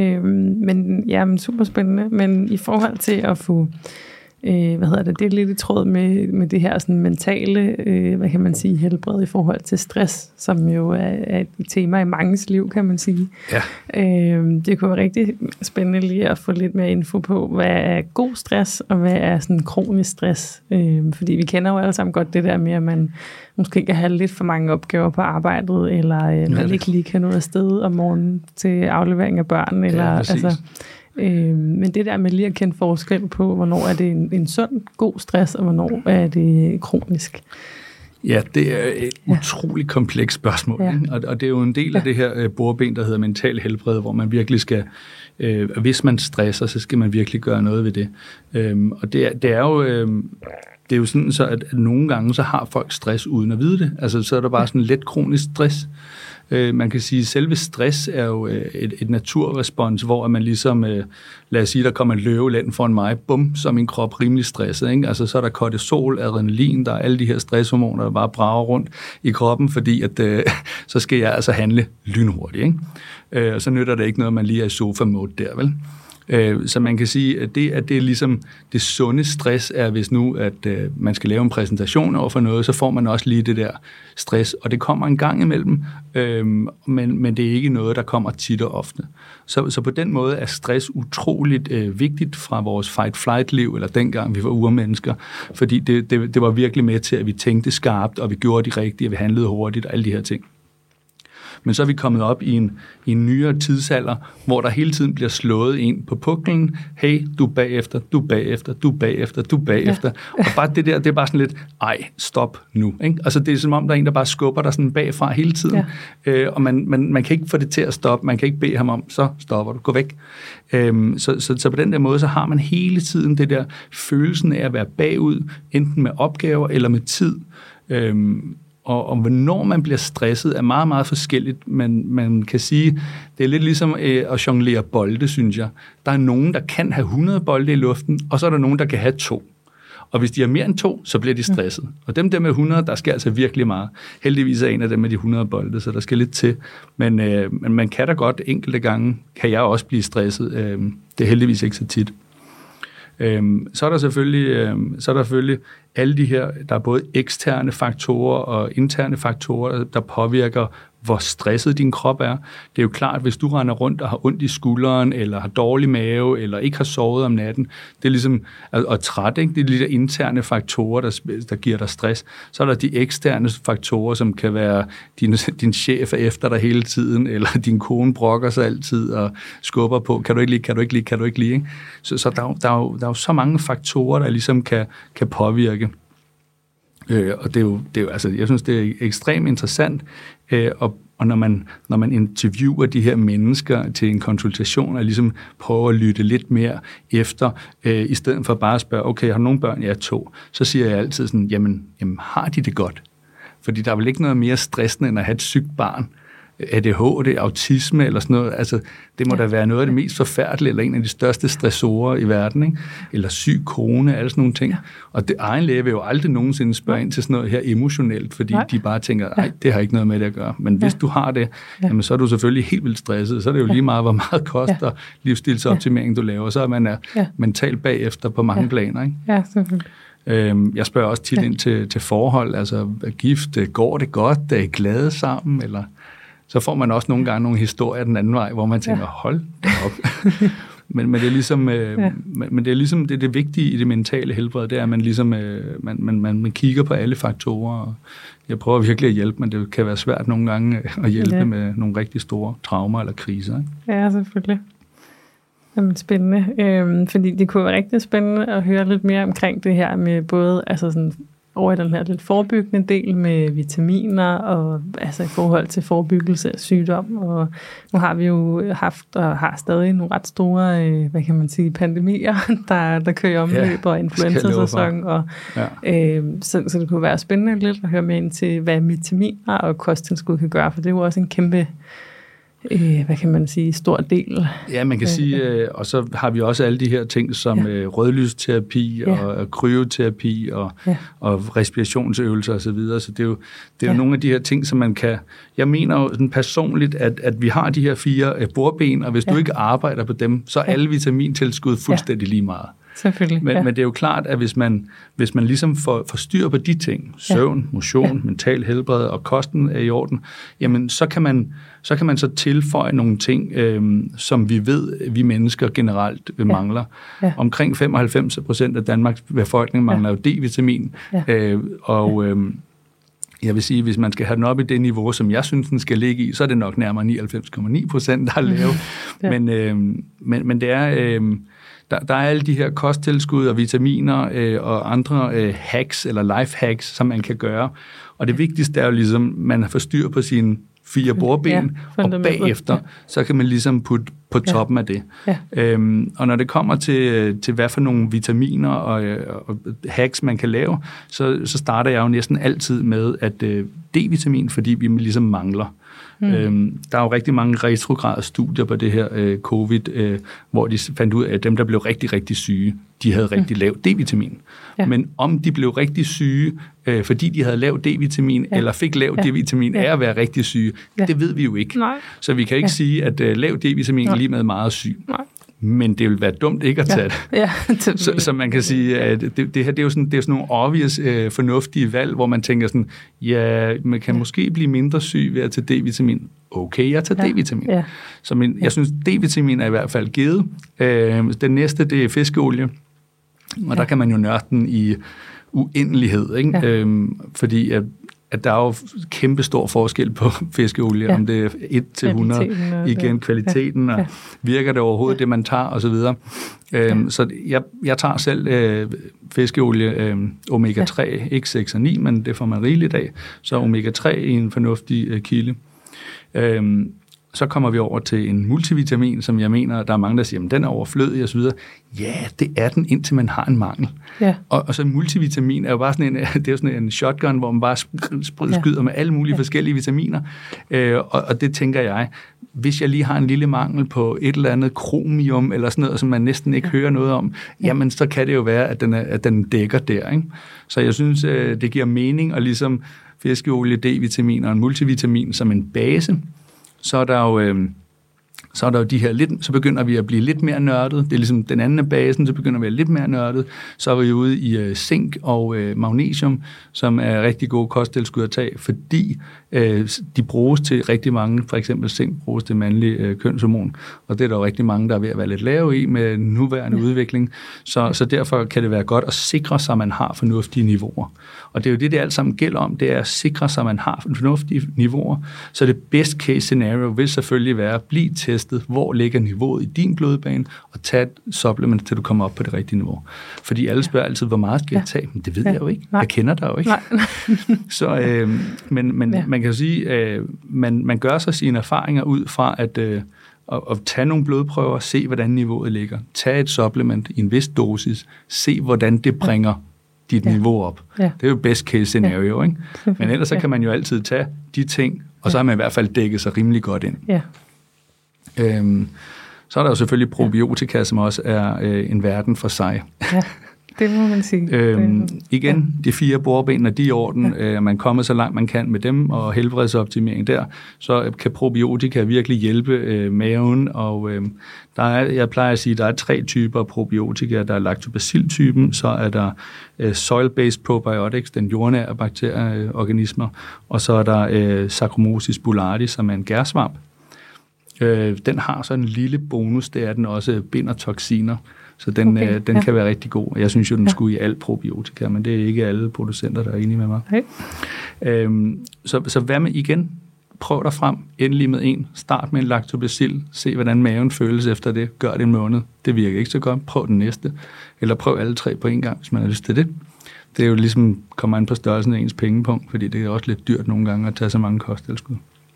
Men super spændende. Men i forhold til at få, det er lidt i tråd med det her sådan mentale, helbred i forhold til stress, som jo er et tema i manges liv, kan man sige. Ja. Det kunne være rigtig spændende lige at få lidt mere info på, hvad er god stress, og hvad er sådan kronisk stress. Fordi vi kender jo alle sammen godt det der med, at man måske kan have lidt for mange opgaver på arbejdet, eller man ikke lige kan nå afsted om morgenen til aflevering af børn, eller men det der med lige at kende forskel på, hvornår er det en sund, god stress, og hvornår er det kronisk. Ja, det er et utroligt komplekst spørgsmål, og det er jo en del af det her bordben, der hedder mental helbred, hvor man virkelig skal, hvis man stresser, så skal man virkelig gøre noget ved det. Og det er jo sådan, så at nogle gange, så har folk stress uden at vide det. Altså, så er der bare sådan let kronisk stress. Man kan sige, at selve stress er jo et naturrespons, hvor man ligesom, lad os sige, der kommer en løve land foran mig, bum, så er min krop rimelig stresset. Ikke? Altså, så er der kortisol, adrenalin, der er alle de her stresshormoner, der bare brager rundt i kroppen, fordi at, så skal jeg altså handle lynhurtigt. Ikke? Og så nytter det ikke noget, man lige er i sofa-mode der, vel? Så man kan sige, at det er ligesom det sunde stress er, hvis nu, at man skal lave en præsentation over for noget, så får man også lige det der stress, og det kommer en gang imellem, men det er ikke noget, der kommer tit og ofte. Så på den måde er stress utroligt vigtigt fra vores fight-flight-liv, eller dengang vi var urmennesker, fordi det var virkelig med til, at vi tænkte skarpt, og vi gjorde det rigtige, og vi handlede hurtigt, og alle de her ting. Men så er vi kommet op i en nyere tidsalder, hvor der hele tiden bliver slået ind på puklen. Hey, du er bagefter, du er bagefter, du er bagefter, du er bagefter. Ja. Og bare det der, det er bare sådan lidt, stop nu. Ikke? Altså det er som om, der er en, der bare skubber dig sådan bagfra hele tiden. Ja. Og man kan ikke få det til at stoppe. Man kan ikke bede ham om, så stopper du, gå væk. Så på den der måde, så har man hele tiden det der følelsen af at være bagud, enten med opgaver eller med tid. Og hvornår man bliver stresset er meget, meget forskelligt. Man kan sige, det er lidt ligesom at jonglere bolde, synes jeg. Der er nogen, der kan have 100 bolde i luften, og så er der nogen, der kan have 2. Og hvis de har mere end 2, så bliver de stresset. Og dem der med 100, der sker altså virkelig meget. Heldigvis er en af dem med de 100 bolde, så der skal lidt til. Men man kan da godt enkelte gange, kan jeg også blive stresset. Det er heldigvis ikke så tit. Så er der selvfølgelig alle de her, der er både eksterne faktorer og interne faktorer, der påvirker, hvor stresset din krop er. Det er jo klart, at hvis du render rundt og har ondt i skulderen, eller har dårlig mave, eller ikke har sovet om natten, det er ligesom, og træt, ikke? Det er de der interne faktorer, der giver dig stress. Så er der de eksterne faktorer, som kan være, din chef er efter dig hele tiden, eller din kone brokker sig altid og skubber på, kan du ikke lide, ikke? Så der er jo så mange faktorer, der ligesom kan påvirke. Og det er jo altså, jeg synes, det er ekstremt interessant, og når man interviewer de her mennesker til en konsultation, og ligesom prøver at lytte lidt mere efter, i stedet for bare at spørge, okay, har du nogle børn? Ja, 2. Så siger jeg altid sådan, jamen har de det godt? Fordi der er vel ikke noget mere stressende, end at have et sygt barn. ADHD, autisme eller sådan noget, altså det må da være noget af det mest forfærdelige, eller en af de største stressorer i verden, ikke? Eller syg kone, alle sådan nogle ting. Ja. Og egen læge vil jo aldrig nogensinde spørge ind til sådan noget her emotionelt, fordi de bare tænker, nej, det har ikke noget med det at gøre. Men hvis du har det, jamen, så er du selvfølgelig helt vildt stresset, så er det jo lige meget, hvor meget koster livsstilsoptimering, du laver, så er man mentalt bagefter på mange planer, ikke? Ja, selvfølgelig. Jeg spørger også tit ind til forhold, altså gift, går det godt, er I glade sammen, eller så får man også nogle gange nogle historier den anden vej, hvor man tænker, hold da op. men det er ligesom, men det er ligesom det vigtige i det mentale helbred, det er, at man ligesom man kigger på alle faktorer. Og jeg prøver virkelig at hjælpe, men det kan være svært nogle gange at hjælpe med nogle rigtig store traumer eller kriser. Ikke? Ja, selvfølgelig. Jamen, spændende. Fordi det kunne være rigtig spændende at høre lidt mere omkring det her med både altså sådan over i den her lidt forebyggende del med vitaminer og altså i forhold til forebyggelse af sygdom. Og nu har vi jo haft og har stadig nogle ret store, hvad kan man sige, pandemier, der kører omløb og influenza-sæson. Og, så det kunne være spændende lidt at høre med ind til, hvad vitaminer og kosttilskud kan gøre, for det er jo også en kæmpe hvad kan man sige, stor del. Ja, man kan sige, og så har vi også alle de her ting som rødlysterapi og kryoterapi og respirationsøvelser osv. Så det er jo nogle af de her ting, som man kan. Jeg mener jo sådan personligt, at vi har de her 4 bordben, og hvis du ikke arbejder på dem, så er alle vitamintilskud fuldstændig lige meget. Selvfølgelig. Men det er jo klart, at hvis man ligesom får styr på de ting, søvn, motion, mental helbred og kosten er i orden, jamen så kan man så tilføje nogle ting, som vi ved, vi mennesker generelt mangler. Ja. Omkring 95% af Danmarks befolkning mangler jo D-vitamin, jeg vil sige, hvis man skal have den op i det niveau, som jeg synes, den skal ligge i, så er det nok nærmere 99,9%, der er lavet. Men det er. Der er alle de her kosttilskud og vitaminer og andre hacks eller life hacks, som man kan gøre. Og det vigtigste er jo ligesom, man får styr på sine 4 bordben, og bagefter, så kan man ligesom putte på toppen af det. Ja. Og når det kommer til hvad for nogle vitaminer og hacks, man kan lave, så starter jeg jo næsten altid med, at D-vitamin, fordi vi ligesom mangler. Der er jo rigtig mange retrograde studier på det her covid, hvor de fandt ud af, at dem, der blev rigtig, rigtig syge, de havde rigtig lav D-vitamin. Ja. Men om de blev rigtig syge, fordi de havde lav D-vitamin, eller fik lav D-vitamin af at være rigtig syge, det ved vi jo ikke. Nej. Så vi kan ikke sige, at lav D-vitamin er lige med meget syg. Nej. Men det vil være dumt ikke at tage det. Ja, så man kan sige, at det her det er jo sådan nogle obvious fornuftige valg, hvor man tænker sådan, man kan måske blive mindre syg ved at tage D-vitamin. Okay, jeg tager D-vitamin. Ja. Så jeg synes, D-vitamin er i hvert fald givet. Den næste, det er fiskeolie. Og der kan man jo nørde den i uendelighed, ikke? Ja. Fordi at der er jo kæmpe stor forskel på fiskeolie, om det er 1-100, igen kvaliteten, og virker det overhovedet det, man tager, osv. Så jeg tager selv fiskeolie omega-3, ikke 6 og 9, men det får man rigeligt af, så omega-3 er en fornuftig kilde. Så kommer vi over til en multivitamin, som jeg mener, der er mange, der siger, at den er overflødig osv. Ja, det er den, indtil man har en mangel. Ja. Og så multivitamin er jo bare sådan det er sådan en shotgun, hvor man bare skyder med alle mulige forskellige vitaminer. Og det tænker jeg, hvis jeg lige har en lille mangel på et eller andet kromium, eller sådan noget, som man næsten ikke hører noget om, jamen så kan det jo være, at den dækker der. Ikke? Så jeg synes, det giver mening at ligesom fiskeolie, D-vitamin og en multivitamin som en base. Så er der jo de her så begynder vi at blive lidt mere nørdet. Det er ligesom den anden af basen, så begynder vi at blive lidt mere nørdet. Så er vi ude i zink og magnesium, som er rigtig gode kosttilskud at tage, fordi de bruges til rigtig mange. For eksempel zink bruges til mandlig kønshormon, og det er der jo rigtig mange, der er ved at være lidt lave i med nuværende udvikling. Så derfor kan det være godt at sikre sig, at man har fornuftige niveauer. Og det er jo det alt sammen gælder om, det er at sikre sig, at man har fornuftige niveauer. Så det best case scenario vil selvfølgelig være at blive testet, hvor ligger niveauet i din blodbane, og tage et supplement, til du kommer op på det rigtige niveau. Fordi alle spørger altid, hvor meget skal jeg tage? Men det ved jeg jo ikke. Jeg kender dig jo ikke. Så, men man kan jo sige, man gør sig sine erfaringer ud fra at tage nogle blodprøver, se hvordan niveauet ligger, tage et supplement i en vis dosis, se hvordan det bringer dit niveau op. Det er jo best case scenario, ikke? Men ellers så kan man jo altid tage de ting, og så har man i hvert fald dækket sig rimelig godt ind. Så er der jo selvfølgelig probiotika, som også er en verden for sig. Det må man sige. Igen, de 4 bordben, når de er i orden, man kommer så langt man kan med dem, og helbredsoptimering der, så kan probiotika virkelig hjælpe maven, og jeg plejer at sige, at der er 3 typer af probiotika. Der er lactobacil-typen, så er der soil-based probiotics, den jordnære bakterieorganismer, og så er der Saccharomyces boulardii, som er en gærsvamp. Den har så en lille bonus, det er, at den også binder toksiner. Så den kan være rigtig god. Jeg synes jo, den skulle i alt probiotika, men det er ikke alle producenter, der er enige med mig. Så hvad med igen? Prøv dig frem, endelig med en. Start med en lactobacil. Se, hvordan maven føles efter det. Gør det en måned. Det virker ikke så godt. Prøv den næste. Eller prøv alle 3 på en gang, hvis man har lyst til det. Det er jo ligesom, kommer an på størrelsen af ens pengepunkt, fordi det er også lidt dyrt nogle gange at tage så mange kosttilskud.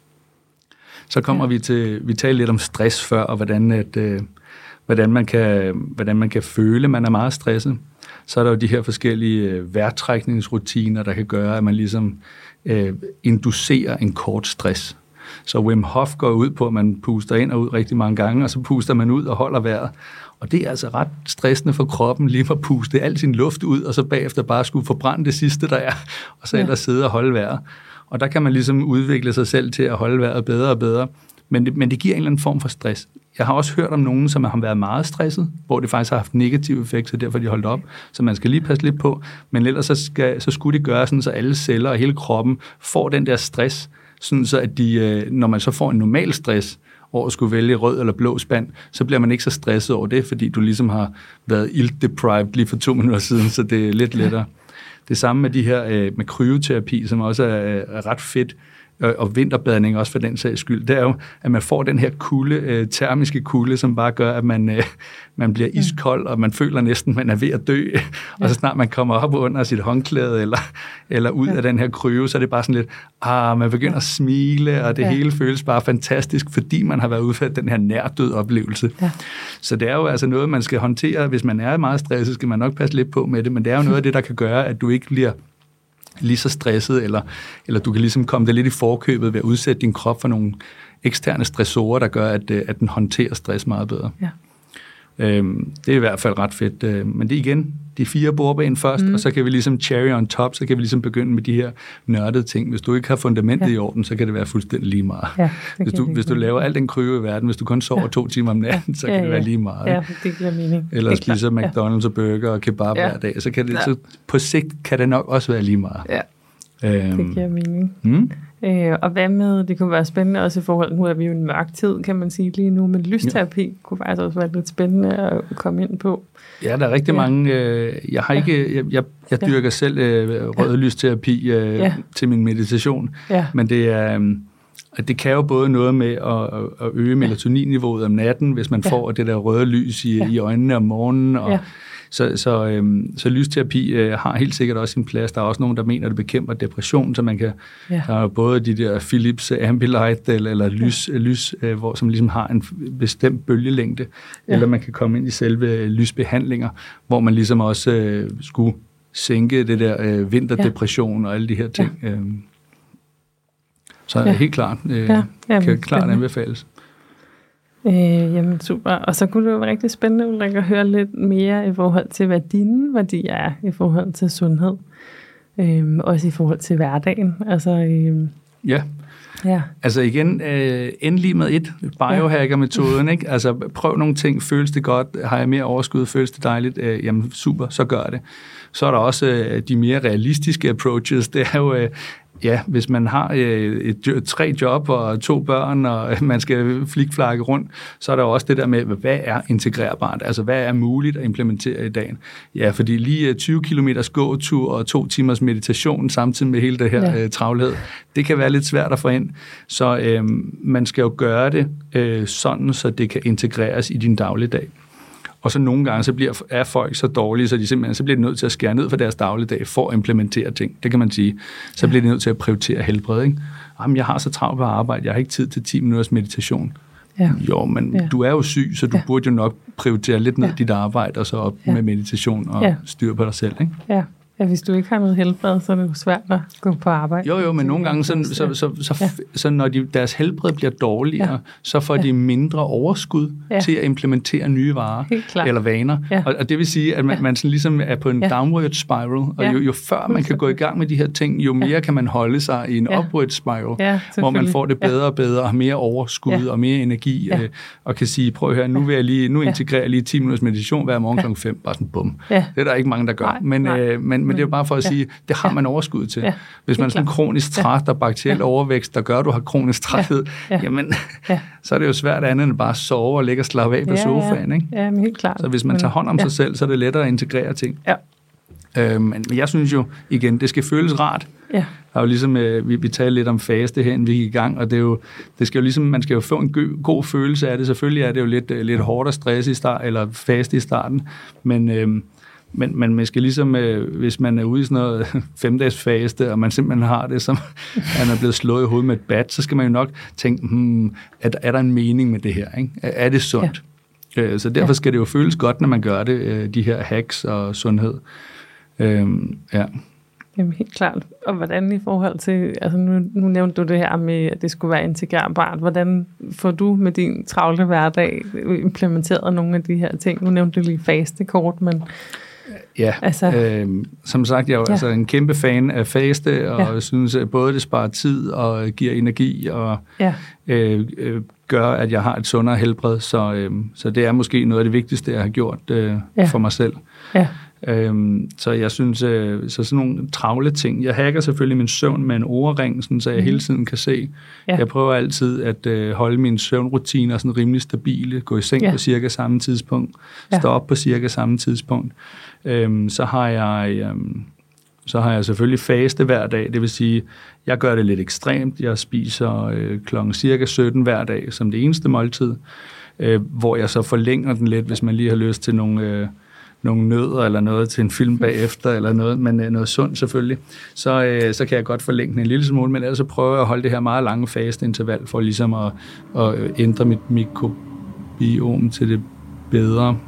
Så kommer vi talte lidt om stress før, og hvordan man kan føle, at man er meget stresset. Så er der jo de her forskellige vejrtrækningsrutiner, der kan gøre, at man ligesom inducerer en kort stress. Så Wim Hof går ud på, at man puster ind og ud rigtig mange gange, og så puster man ud og holder vejret. Og det er altså ret stressende for kroppen, lige at puste al sin luft ud, og så bagefter bare skulle forbrænde det sidste, der er, og så ellers sidde og holde vejret. Og der kan man ligesom udvikle sig selv til at holde vejret bedre og bedre. Men det giver en eller anden form for stress. Jeg har også hørt om nogen, som har været meget stresset, hvor det faktisk har haft negativ effekt, så derfor de holdt op. Så man skal lige passe lidt på. Men ellers så skulle det gøre sådan, så alle celler og hele kroppen får den der stress, sådan så at når man så får en normal stress over at skulle vælge rød eller blå spand, så bliver man ikke så stresset over det, fordi du ligesom har været ilt-deprived lige for 2 minutter siden, så det er lidt lettere. Det samme med de her med kryoterapi, som også er ret fedt, og vinterbadning også for den sags skyld, det er jo, at man får den her kulde, termiske kulde, som bare gør, at man bliver iskold, og man føler næsten, at man er ved at dø, og så snart man kommer op under sit håndklæde, eller ud af den her kryo, så er det bare sådan lidt, man begynder at smile, og det hele føles bare fantastisk, fordi man har været ude for den her nærdød oplevelse. Så det er jo altså noget, man skal håndtere. Hvis man er meget stresset, skal man nok passe lidt på med det, men det er jo noget af det, der kan gøre, at du ikke bliver lige så stresset, eller du kan ligesom komme det lidt i forkøbet ved at udsætte din krop for nogle eksterne stressorer, der gør, at den håndterer stress meget bedre. Det er i hvert fald ret fedt. Men det er igen, de 4 bordben først, og så kan vi ligesom cherry on top, så kan vi ligesom begynde med de her nørdede ting. Hvis du ikke har fundamentet i orden, så kan det være fuldstændig lige meget. Hvis du laver al den kryo i verden, hvis du kun sover 2 timer om natten, så kan det være lige meget. Ja, det giver mening. Eller spiser McDonald's og burger og kebab hver dag, så kan det så på sigt kan det nok også være lige meget. Det giver mening. Og hvad med, det kunne være spændende også i forhold, nu er vi jo en mørk tid, kan man sige lige nu, men lysterapi kunne faktisk også være lidt spændende at komme ind på. Ja, der er rigtig mange, jeg har ikke, jeg dyrker selv rød lysterapi til min meditation, men det er, det kan jo både noget med at øge melatoninniveauet om natten, hvis man får det der røde lys i øjnene om morgenen, og Så lysterapi har helt sikkert også sin plads. Der er også nogen, der mener, at det bekæmper depression, så man kan, der er både de der Philips Ambilight eller lys, som ligesom har en bestemt bølgelængde, eller man kan komme ind i selve lysbehandlinger, hvor man ligesom også skulle sænke det der vinterdepression og alle de her ting. Så helt klart, kan klart anbefales. Jamen super. Og så kunne det jo være rigtig spændende, Ulrik, at høre lidt mere i forhold til, hvad dine værdier er i forhold til sundhed. Også i forhold til hverdagen. Altså igen, endelig med biohacker-metoden, ikke? Altså prøv nogle ting, føles det godt, har jeg mere overskud, føles det dejligt, jamen super, så gør det. Så er der også de mere realistiske approaches, det er jo... hvis man har 3 job og 2 børn, og man skal flikflakke rundt, så er der også det der med, hvad er integrerbart? Altså, hvad er muligt at implementere i dagen? Ja, fordi lige 20 kilometers gåtur og 2 timers meditation samtidig med hele det her travlhed, det kan være lidt svært at få ind. Så man skal jo gøre det sådan, så det kan integreres i din dagligdag. Og så nogle gange er folk så dårlige, så så bliver de nødt til at skære ned for deres dagligdag for at implementere ting. Det kan man sige. Så bliver de nødt til at prioritere helbred. Ikke? Jamen, jeg har så travlt på arbejde, jeg har ikke tid til 10 minutters meditation. Ja. Jo, men du er jo syg, så du burde jo nok prioritere lidt ned dit arbejde, og så op med meditation og styr på dig selv. Ikke? Ja, hvis du ikke har noget helbred, så er det jo svært at gå på arbejde. Jo, men nogle gange, så når deres helbred bliver dårligere, så får de mindre overskud til at implementere nye varer eller vaner. Ja. Og det vil sige, at man sådan ligesom er på en downward spiral, og jo før man kan gå i gang med de her ting, jo mere kan man holde sig i en upward spiral, hvor man får det bedre og bedre, og har mere overskud og mere energi, og kan sige, prøv at høre, nu integrerer jeg lige 10 minutters meditation hver morgen kl. 5, bare sådan bum. Det er der ikke mange, der gør. Men det er jo bare for at sige, det har man overskud til. Hvis man er sådan kronisk træt og bakteriel overvækst, der gør, at du har kronisk træthed, jamen, så er det jo svært andet end bare sove og ligge og slappe af på sofaen. Ikke? Ja, men helt klart. Så hvis man tager hånd om sig selv, så er det lettere at integrere ting. Men jeg synes jo, igen, det skal føles rart. Der er jo ligesom, vi talte lidt om faste her, vi gik i gang, og det skal jo ligesom, man skal jo få en god følelse af det. Selvfølgelig er det jo lidt hårdt at stresse i starten, eller faste i starten, men man skal ligesom, hvis man er ude i sådan noget 5-dages faste, og man simpelthen har det, som man er blevet slået i hovedet med et bat, så skal man jo nok tænke, er der en mening med det her? Ikke? Er det sundt? Så derfor skal det jo føles godt, når man gør det, de her hacks og sundhed. Jamen helt klart. Og hvordan i forhold til, altså nu nævnte du det her med, at det skulle være integrerbart. Hvordan får du med din travle hverdag implementeret nogle af de her ting? Nu nævnte du lige fastekort, men... som sagt, jeg er jo altså en kæmpe fan af faste, og jeg synes, at både det sparer tid og giver energi, og gør, at jeg har et sundere helbred. Så det er måske noget af det vigtigste, jeg har gjort for mig selv. Så jeg synes, så sådan nogle travle ting. Jeg hacker selvfølgelig min søvn med en ordring, sådan, så jeg hele tiden kan se. Jeg prøver altid at holde mine søvnrutiner sådan rimelig stabile, gå i seng på cirka samme tidspunkt, stå op på cirka samme tidspunkt. Så har jeg selvfølgelig faste hver dag, det vil sige, jeg gør det lidt ekstremt. Jeg spiser klokken cirka 17 hver dag som det eneste måltid, hvor jeg så forlænger den lidt, hvis man lige har lyst til nogle nødder eller noget til en film bagefter, eller noget, men noget sundt selvfølgelig, så kan jeg godt forlænge den en lille smule, men ellers så prøver jeg at holde det her meget lange fasteinterval, for ligesom at ændre mit mikrobiom til det bedre.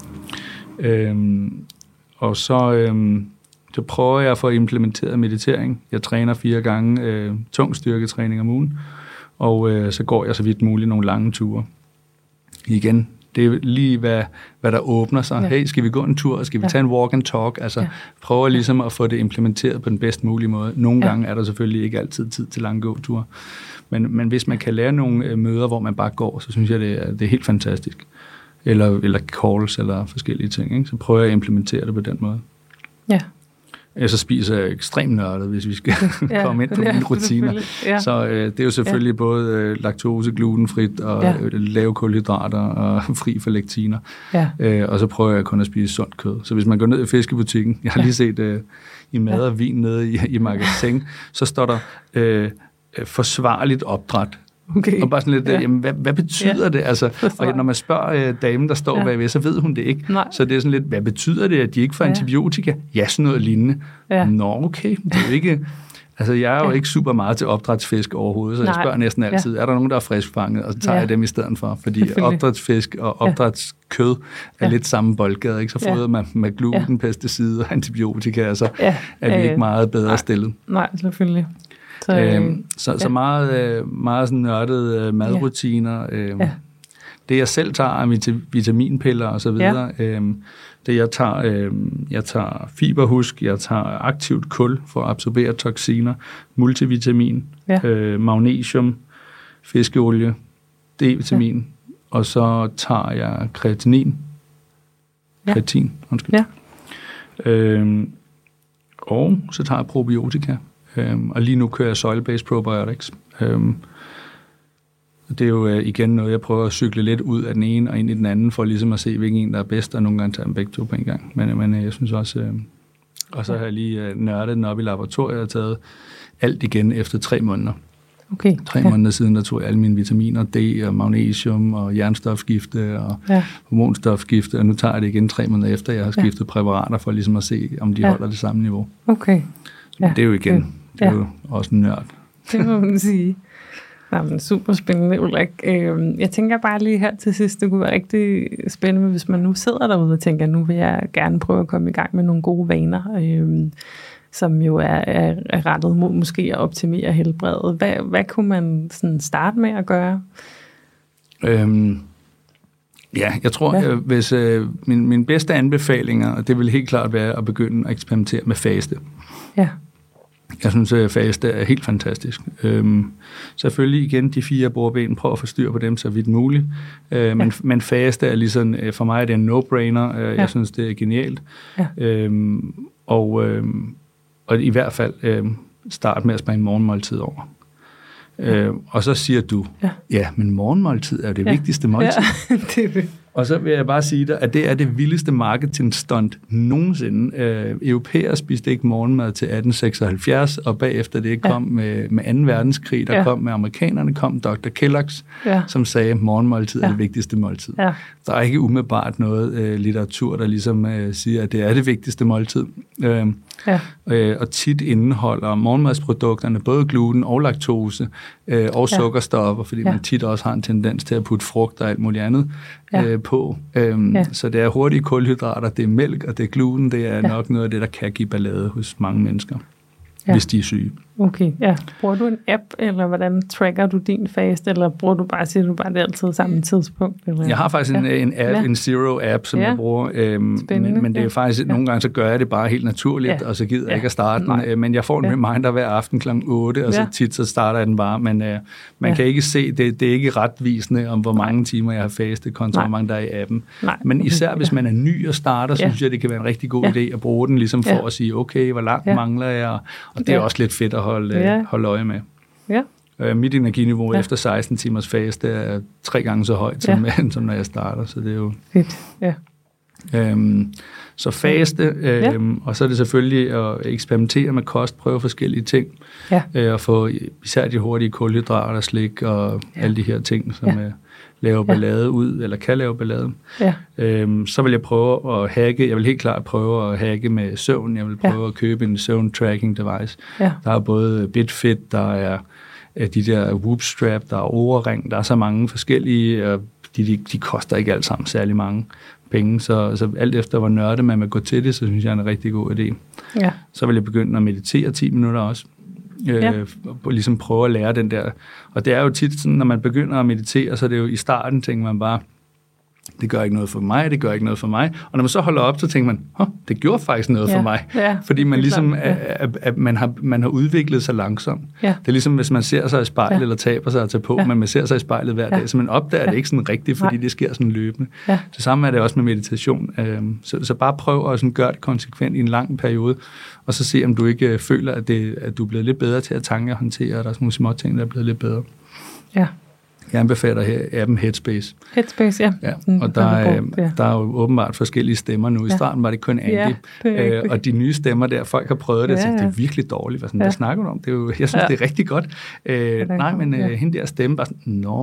Og så prøver jeg at få implementeret meditering. Jeg træner 4 gange tung styrketræning om ugen, og så går jeg så vidt muligt nogle lange ture. Igen, det er lige, hvad der åbner sig. Hey, skal vi gå en tur? Skal vi tage en walk and talk? Altså, prøver ligesom at få det implementeret på den bedst mulige måde. Nogle gange er der selvfølgelig ikke altid tid til lange gåture. Men hvis man kan lære nogle møder, hvor man bare går, så synes jeg, det er helt fantastisk. Eller calls, eller forskellige ting. Ikke? Så prøver jeg at implementere det på den måde. Så spiser jeg ekstremt nørdet, hvis vi skal komme ind på mine rutiner. Ja. Så det er jo selvfølgelig både laktose, glutenfrit og lave kulhydrater og fri for lektiner. Ja. Og så prøver jeg kun at spise sundt kød. Så hvis man går ned i fiskebutikken, jeg har lige set i mad og vin nede i magasin, så står der forsvarligt opdræt. Okay. Og bare sådan lidt, jamen, hvad betyder det? Altså, og når man spørger damen, der står bagved, så ved hun det ikke. Nej. Så det er sådan lidt, hvad betyder det, at de ikke får antibiotika? Ja, sådan noget lignende. Ja. Nå, okay, det er jo ikke... Altså, jeg er jo ikke super meget til opdrætsfisk overhovedet, så jeg spørger næsten altid, er der nogen, der er friskfanget? Og så tager jeg dem i stedet for, fordi opdrætsfisk og opdrætskød er lidt samme boldgade, ikke? Så fodrer man med gluten, pesticider og antibiotika, og så er vi ikke meget bedre stillet. Nej, selvfølgelig. Så meget sådan nørdede madrutiner. Det jeg selv tager er vitaminpiller og så videre. Det jeg tager fiberhusk, jeg tager aktivt kul for at absorbere toksiner, multivitamin, magnesium, fiskeolie, D-vitamin, og så tager jeg kreatin, undskyld. Og så tager jeg probiotika. Og lige nu kører jeg soil-based probiotics. Det er jo igen noget, jeg prøver at cykle lidt ud af den ene og ind i den anden, for ligesom at se, hvilken en, der er bedst, og nogle gange tager dem begge to på en gang. Men jeg synes også... og så har jeg lige nørdet den op i laboratoriet og taget alt igen efter 3 måneder. Okay. 3 måneder siden, der tog jeg alle mine vitaminer, D og magnesium og jernstofgifte og hormonstofgifte, og nu tager jeg det igen 3 måneder efter, jeg har skiftet præparater for ligesom at se, om de holder det samme niveau. Okay. Det er jo igen, det er jo også en nørd. Det må man sige. Nå, men super spændende, Ulrik. Jeg tænker bare lige her til sidst, det kunne være rigtig spændende, hvis man nu sidder derude og tænker, nu vil jeg gerne prøve at komme i gang med nogle gode vaner, som jo er rettet mod måske at optimere helbredet. Hvad kunne man sådan starte med at gøre? Jeg tror, hvis min bedste anbefalinger, og det vil helt klart være at begynde at eksperimentere med faste. Ja. Jeg synes, at faste er helt fantastisk. Selvfølgelig igen, de 4 bordben, prøv at få styr på dem så vidt muligt. Men faste er ligesom, for mig er det en no-brainer. Jeg synes, det er genialt. Ja. Og i hvert fald start med at springe morgenmåltid over. Og så siger du, men morgenmåltid er det vigtigste måltid. Ja, det er det. Og så vil jeg bare sige dig, at det er det vildeste marketingstunt nogensinde. Europæer spiste ikke morgenmad til 1876, og bagefter det kom med 2. verdenskrig, der kom med amerikanerne, kom Dr. Kellogg's, som sagde, at morgenmåltid er det vigtigste måltid. Ja. Der er ikke umiddelbart noget litteratur, der ligesom siger, at det er det vigtigste måltid. Og tit indeholder morgenmadsprodukterne både gluten og laktose og sukkerstoffer, fordi man tit også har en tendens til at putte frugt og alt muligt andet på. Så det er hurtige kulhydrater, det er mælk og det er gluten, det er nok noget af det, der kan give ballade hos mange mennesker, hvis de er syge. Okay, Bruger du en app, eller hvordan tracker du din fast, eller bruger du bare, siger du bare det altid samme tidspunkt? Eller? Jeg har faktisk en app, en Zero-app, som jeg bruger, men det er faktisk, nogle gange så gør jeg det bare helt naturligt, og så gider jeg ikke at starte den, men jeg får en reminder hver aften kl. 8, og så tit så starter jeg den bare, men man kan ikke se, det er ikke retvisende om, hvor mange timer jeg har fastet, kontra hvor mange der er i appen. Men især hvis man er ny og starter, så synes jeg, det kan være en rigtig god idé at bruge den, ligesom for at sige, okay, hvor langt mangler jeg, og det er også lidt fedt at holde øje med. Ja. Mit energiniveau efter 16 timers faste er 3 gange så højt, som når jeg starter, så det er jo... Fedt, så faste, og så er det selvfølgelig at eksperimentere med kost, prøve forskellige ting, og få især de hurtige kulhydrater, slik og alle de her ting, som laver ballade ud, eller kan lave ballade. Så vil jeg prøve at hacke, jeg vil helt klart prøve at hacke med søvn, jeg vil prøve at købe en søvn-tracking device. Der er både Bitfit, der er de der Whoop Strap, der er Oura-ring, der er så mange forskellige, og de koster ikke alt sammen særlig mange penge, så alt efter hvor nørdet man vil gå til det, så synes jeg er en rigtig god idé. Så vil jeg begynde at meditere 10 minutter også. Ligesom prøve at lære den der, og det er jo tit sådan, når man begynder at meditere, så er det jo i starten, tænker man bare, det gør ikke noget for mig, det gør ikke noget for mig. Og når man så holder op, så tænker man, det gjorde faktisk noget for mig. Ja, fordi man ligesom, at man har udviklet sig langsomt. Ja. Det er ligesom, hvis man ser sig i spejlet, eller taber sig at tage på, men man ser sig i spejlet hver dag, så man opdager det ikke sådan rigtigt, fordi det sker sådan løbende. Ja. Det samme er det også med meditation. Så bare prøv at sådan gøre det konsekvent i en lang periode, og så se, om du ikke føler, at du er blevet lidt bedre til at tanke og håndtere, og der er sådan nogle små ting, der er blevet lidt bedre. Ja. Jeg anbefaler her appen Headspace. Headspace, ja. Og der er jo åbenbart forskellige stemmer nu. I starten var det kun Andy. Og de nye stemmer der, folk har prøvet det, og tænkt, det er virkelig dårligt. Hvad snakker du om? Det er jo, jeg synes, det er rigtig godt. Hende der stemme bare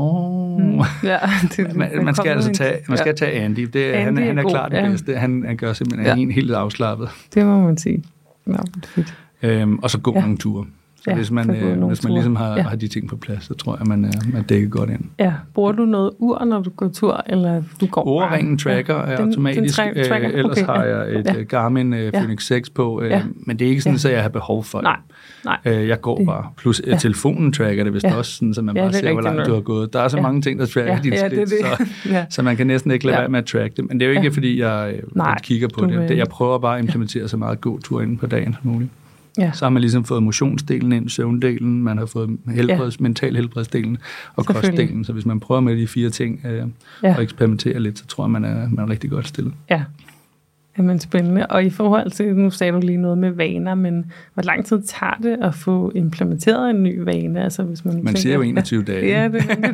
sådan, man skal altså tage Andy. Han er klart det bedste. Han gør simpelthen helt afslappet. Det må man sige. Nå, fedt. Og så gå nogle ture. Så hvis man ligesom har de ting på plads, så tror jeg, man dækker godt ind. Ja. Bruger du noget ur, når du går tur, eller du går Ordringen tracker er automatisk. Ellers har jeg et Garmin Fenix 6 på, men det er ikke sådan, at jeg har behov for det. Nej. Jeg går bare. Plus telefonen tracker det vist også, sådan, så man bare ser, hvor langt du har gået. Der er så mange ting, der tracker dine skridt, så man kan næsten ikke lade være med at track det. Men det er jo ikke, fordi jeg kigger på det. Jeg prøver bare at implementere så meget god tur inden på dagen som muligt. Ja. Så har man ligesom fået motionsdelen ind, søvndelen, man har fået mental helbredsdelen og kostdelen. Så hvis man prøver med de 4 ting og eksperimenterer lidt, så tror jeg, man er rigtig godt stillet. Ja. Jamen spændende. Og i forhold til, nu sagde du lige noget med vaner, men hvor lang tid tager det at få implementeret en ny vane? Altså, hvis man siger jo 21 dage. Ja, det er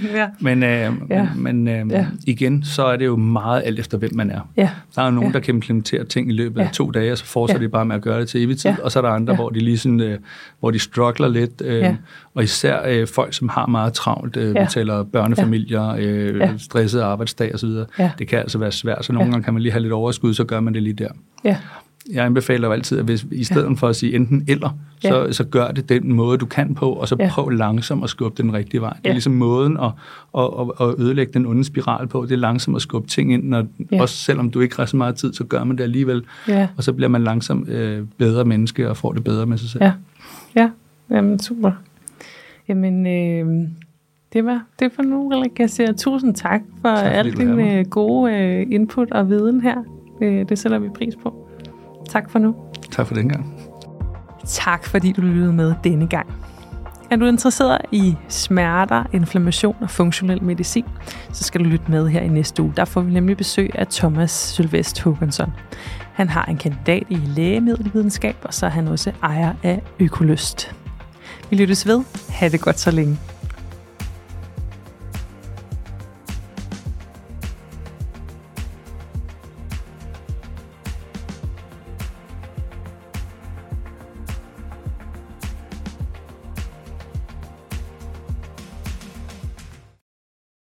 det. Men igen, så er det jo meget alt efter, hvem man er. Ja. Der er jo nogen, der kan implementere ting i løbet af 2 dage, og så fortsætter de bare med at gøre det til evig tid. Og så er der andre, hvor de lige sådan, hvor de struggler lidt. Og især folk, som har meget travlt, vi taler børnefamilier, stresset arbejdsdag osv. Det kan altså være svært, så nogle gange kan man lige have lidt overskud, så gør man det lige der. Ja. Jeg anbefaler jo altid, at hvis, i stedet for at sige enten eller, så gør det den måde, du kan på, og så prøv langsomt at skubbe den rigtige vej. Det er ligesom måden at ødelægge den onde spiral på. Det er langsomt at skubbe ting ind, også selvom du ikke har så meget tid, så gør man det alligevel. Og så bliver man langsomt bedre menneske, og får det bedre med sig selv. Ja. Jamen super. Jamen, det var for nu, Ulrik. Jeg siger tusind tak for alt din gode input og viden her. Det sætter vi pris på. Tak for nu. Tak for den gang. Tak fordi du lyttede med denne gang. Er du interesseret i smerter, inflammation og funktionel medicin, så skal du lytte med her i næste uge. Der får vi nemlig besøg af Thomas Sylvest Håkansson. Han har en kandidat i lægemiddelvidenskab, og så er han også ejer af Økolyst. Vi lyttes ved. Ha' det godt så længe.